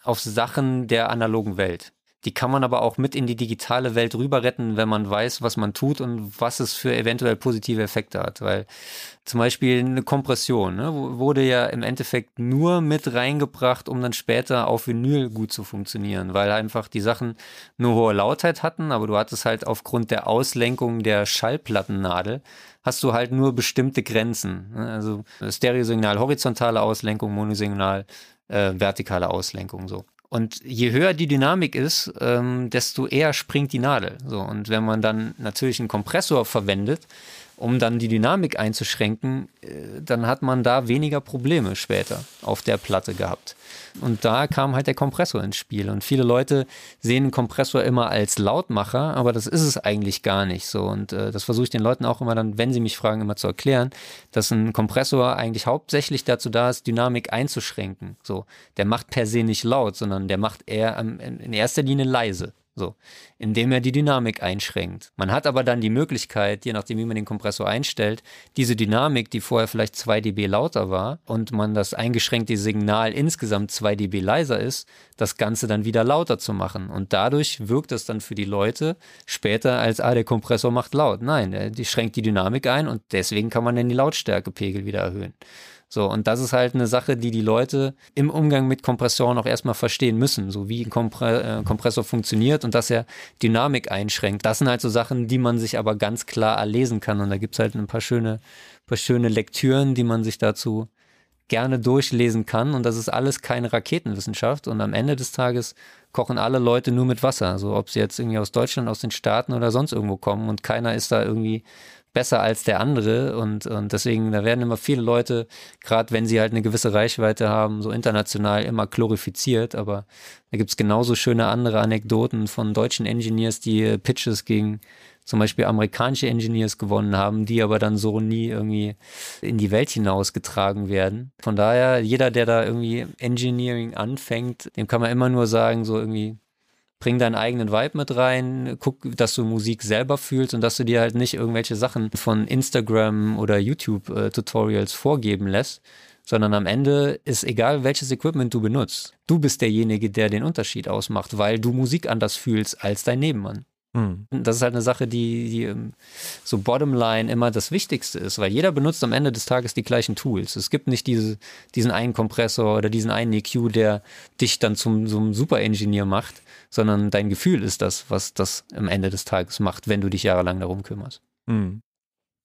Sachen der analogen Welt. Die kann man aber auch mit in die digitale Welt rüber retten, wenn man weiß, was man tut und was es für eventuell positive Effekte hat. Weil zum Beispiel eine Kompression wurde ja im Endeffekt nur mit reingebracht, um dann später auf Vinyl gut zu funktionieren, weil einfach die Sachen nur hohe Lautheit hatten, aber du hattest halt aufgrund der Auslenkung der Schallplattennadel hast du halt nur bestimmte Grenzen. Also Stereosignal, horizontale Auslenkung, Monosignal, vertikale Auslenkung, so. Und je höher die Dynamik ist, desto eher springt die Nadel. So, und wenn man dann natürlich einen Kompressor verwendet, um dann die Dynamik einzuschränken, dann hat man da weniger Probleme später auf der Platte gehabt. Und da kam halt der Kompressor ins Spiel. Und viele Leute sehen einen Kompressor immer als Lautmacher, aber das ist es eigentlich gar nicht so. Und das versuche ich den Leuten auch immer dann, wenn sie mich fragen, immer zu erklären, dass ein Kompressor eigentlich hauptsächlich dazu da ist, Dynamik einzuschränken. So, der macht per se nicht laut, sondern der macht eher in erster Linie leise. So, indem er die Dynamik einschränkt. Man hat aber dann die Möglichkeit, je nachdem wie man den Kompressor einstellt, diese Dynamik, die vorher vielleicht 2 dB lauter war und man das eingeschränkte Signal insgesamt 2 dB leiser ist, das Ganze dann wieder lauter zu machen. Und dadurch wirkt das dann für die Leute später als, der Kompressor macht laut. Nein, die schränkt die Dynamik ein und deswegen kann man dann die Lautstärkepegel wieder erhöhen. So, und das ist halt eine Sache, die Leute im Umgang mit Kompressoren auch erstmal verstehen müssen, so wie ein Kompressor funktioniert und dass er Dynamik einschränkt. Das sind halt so Sachen, die man sich aber ganz klar erlesen kann und da gibt's halt ein paar schöne Lektüren, die man sich dazu gerne durchlesen kann und das ist alles keine Raketenwissenschaft und am Ende des Tages kochen alle Leute nur mit Wasser, also ob sie jetzt irgendwie aus Deutschland, aus den Staaten oder sonst irgendwo kommen und keiner ist da irgendwie besser als der andere und deswegen, da werden immer viele Leute, gerade wenn sie halt eine gewisse Reichweite haben, so international immer glorifiziert, aber da gibt's genauso schöne andere Anekdoten von deutschen Engineers, die Pitches gegen zum Beispiel amerikanische Engineers gewonnen haben, die aber dann so nie irgendwie in die Welt hinausgetragen werden. Von daher, jeder, der da irgendwie Engineering anfängt, dem kann man immer nur sagen, so irgendwie bring deinen eigenen Vibe mit rein, guck, dass du Musik selber fühlst und dass du dir halt nicht irgendwelche Sachen von Instagram oder YouTube-Tutorials vorgeben lässt, sondern am Ende ist egal, welches Equipment du benutzt. Du bist derjenige, der den Unterschied ausmacht, weil du Musik anders fühlst als dein Nebenmann. Das ist halt eine Sache, die so bottomline immer das Wichtigste ist, weil jeder benutzt am Ende des Tages die gleichen Tools. Es gibt nicht diesen einen Kompressor oder diesen einen EQ, der dich dann zum so einem Super-Engineer macht, sondern dein Gefühl ist das, was das am Ende des Tages macht, wenn du dich jahrelang darum kümmerst.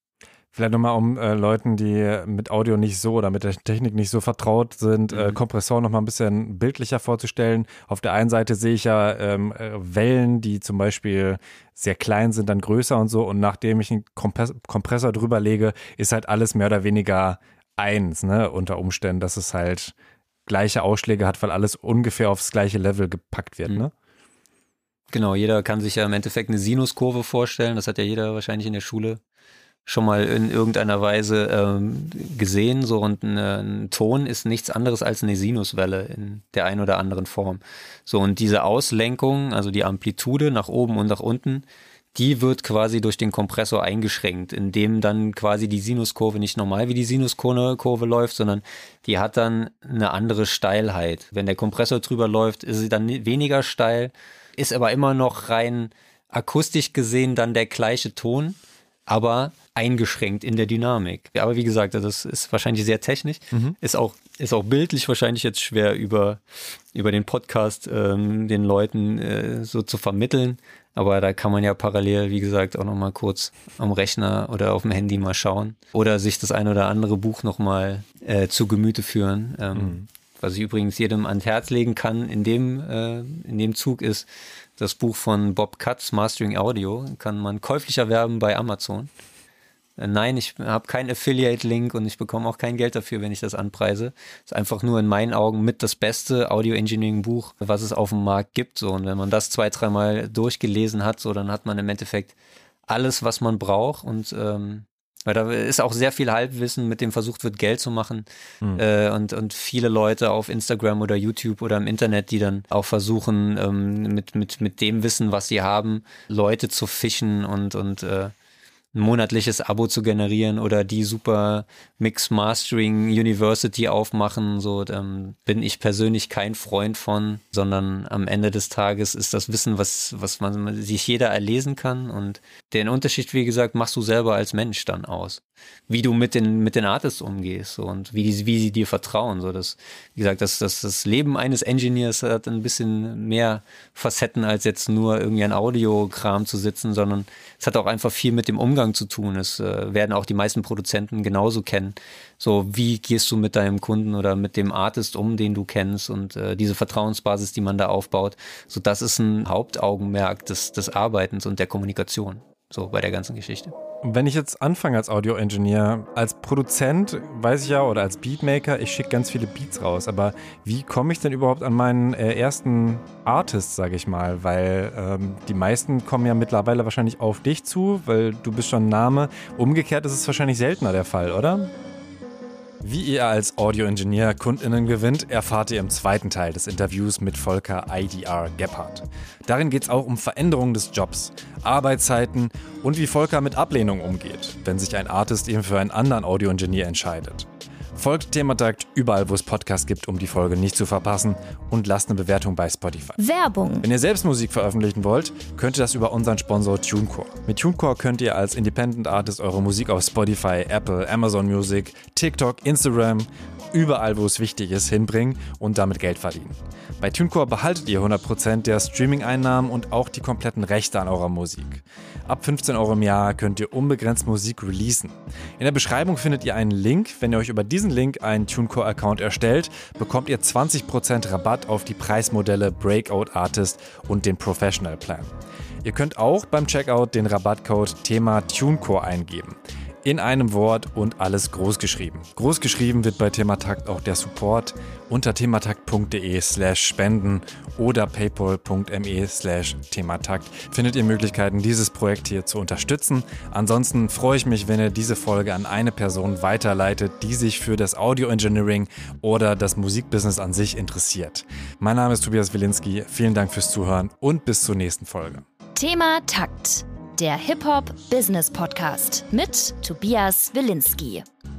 Vielleicht nochmal, um Leuten, die mit Audio nicht so oder mit der Technik nicht so vertraut sind, Kompressoren nochmal ein bisschen bildlicher vorzustellen. Auf der einen Seite sehe ich ja Wellen, die zum Beispiel sehr klein sind, dann größer und so. Und nachdem ich einen Kompressor drüber lege, ist halt alles mehr oder weniger eins, ne, unter Umständen, dass es halt gleiche Ausschläge hat, weil alles ungefähr aufs gleiche Level gepackt wird, ne? Genau, jeder kann sich ja im Endeffekt eine Sinuskurve vorstellen. Das hat ja jeder wahrscheinlich in der Schule schon mal in irgendeiner Weise gesehen. So, und ein Ton ist nichts anderes als eine Sinuswelle in der einen oder anderen Form. So, und diese Auslenkung, also die Amplitude nach oben und nach unten, die wird quasi durch den Kompressor eingeschränkt, indem dann quasi die Sinuskurve nicht normal wie die Sinuskurve läuft, sondern die hat dann eine andere Steilheit. Wenn der Kompressor drüber läuft, ist sie dann weniger steil, ist aber immer noch rein akustisch gesehen dann der gleiche Ton, aber eingeschränkt in der Dynamik. Aber wie gesagt, das ist wahrscheinlich sehr technisch, ist auch bildlich wahrscheinlich jetzt schwer über den Podcast den Leuten so zu vermitteln. Aber da kann man ja parallel, wie gesagt, auch nochmal kurz am Rechner oder auf dem Handy mal schauen. Oder sich das ein oder andere Buch nochmal zu Gemüte führen. Was ich übrigens jedem ans Herz legen kann in dem Zug ist das Buch von Bob Katz, Mastering Audio. Kann man käuflich erwerben bei Amazon. Nein, ich habe keinen Affiliate-Link und ich bekomme auch kein Geld dafür, wenn ich das anpreise. Ist einfach nur in meinen Augen mit das beste Audio-Engineering-Buch, was es auf dem Markt gibt. So. Und wenn man das 2-3 Mal durchgelesen hat, so, dann hat man im Endeffekt alles, was man braucht. Und weil da ist auch sehr viel Halbwissen, mit dem versucht wird, Geld zu machen. Und viele Leute auf Instagram oder YouTube oder im Internet, die dann auch versuchen, mit dem Wissen, was sie haben, Leute zu fischen und ein monatliches Abo zu generieren oder die super Mix Mastering University aufmachen, so bin ich persönlich kein Freund von, sondern am Ende des Tages ist das Wissen, was man sich jeder erlesen kann, und den Unterschied, wie gesagt, machst du selber als Mensch dann aus. Wie du mit den Artists umgehst, so, und wie sie dir vertrauen, so, das, wie gesagt, das Leben eines Engineers hat ein bisschen mehr Facetten als jetzt nur irgendwie ein Audiokram zu sitzen, sondern es hat auch einfach viel mit dem Umgang zu tun. Es werden auch die meisten Produzenten genauso kennen. So, wie gehst du mit deinem Kunden oder mit dem Artist um, den du kennst, und diese Vertrauensbasis, die man da aufbaut, so, das ist ein Hauptaugenmerk des Arbeitens und der Kommunikation, so bei der ganzen Geschichte. Wenn ich jetzt anfange als Audio-Engineer, als Produzent weiß ich ja, oder als Beatmaker, ich schicke ganz viele Beats raus, aber wie komme ich denn überhaupt an meinen ersten Artist, sage ich mal, weil die meisten kommen ja mittlerweile wahrscheinlich auf dich zu, weil du bist schon ein Name. Umgekehrt ist es wahrscheinlich seltener der Fall, oder? Wie ihr als Audio-Engineer KundInnen gewinnt, erfahrt ihr im zweiten Teil des Interviews mit Volker IDR Gebhardt. Darin geht es auch um Veränderungen des Jobs, Arbeitszeiten und wie Volker mit Ablehnung umgeht, wenn sich ein Artist eben für einen anderen Audio-Engineer entscheidet. Folgt Thematakt überall, wo es Podcasts gibt, um die Folge nicht zu verpassen, und lasst eine Bewertung bei Spotify. Werbung. Wenn ihr selbst Musik veröffentlichen wollt, könnt ihr das über unseren Sponsor TuneCore. Mit TuneCore könnt ihr als Independent Artist eure Musik auf Spotify, Apple, Amazon Music, TikTok, Instagram, überall, wo es wichtig ist, hinbringen und damit Geld verdienen. Bei TuneCore behaltet ihr 100% der Streaming-Einnahmen und auch die kompletten Rechte an eurer Musik. Ab 15 € im Jahr könnt ihr unbegrenzt Musik releasen. In der Beschreibung findet ihr einen Link. Wenn ihr euch über diesen Link einen TuneCore-Account erstellt, bekommt ihr 20% Rabatt auf die Preismodelle Breakout Artist und den Professional Plan. Ihr könnt auch beim Checkout den Rabattcode Thema TuneCore eingeben. In einem Wort und alles großgeschrieben. Großgeschrieben wird bei Thematakt auch der Support. Unter thematakt.de/spenden oder paypal.me/thematakt findet ihr Möglichkeiten, dieses Projekt hier zu unterstützen. Ansonsten freue ich mich, wenn ihr diese Folge an eine Person weiterleitet, die sich für das Audio-Engineering oder das Musikbusiness an sich interessiert. Mein Name ist Tobias Wilinski. Vielen Dank fürs Zuhören und bis zur nächsten Folge. Thema Takt. Der Hip-Hop-Business-Podcast mit Tobias Wilinski.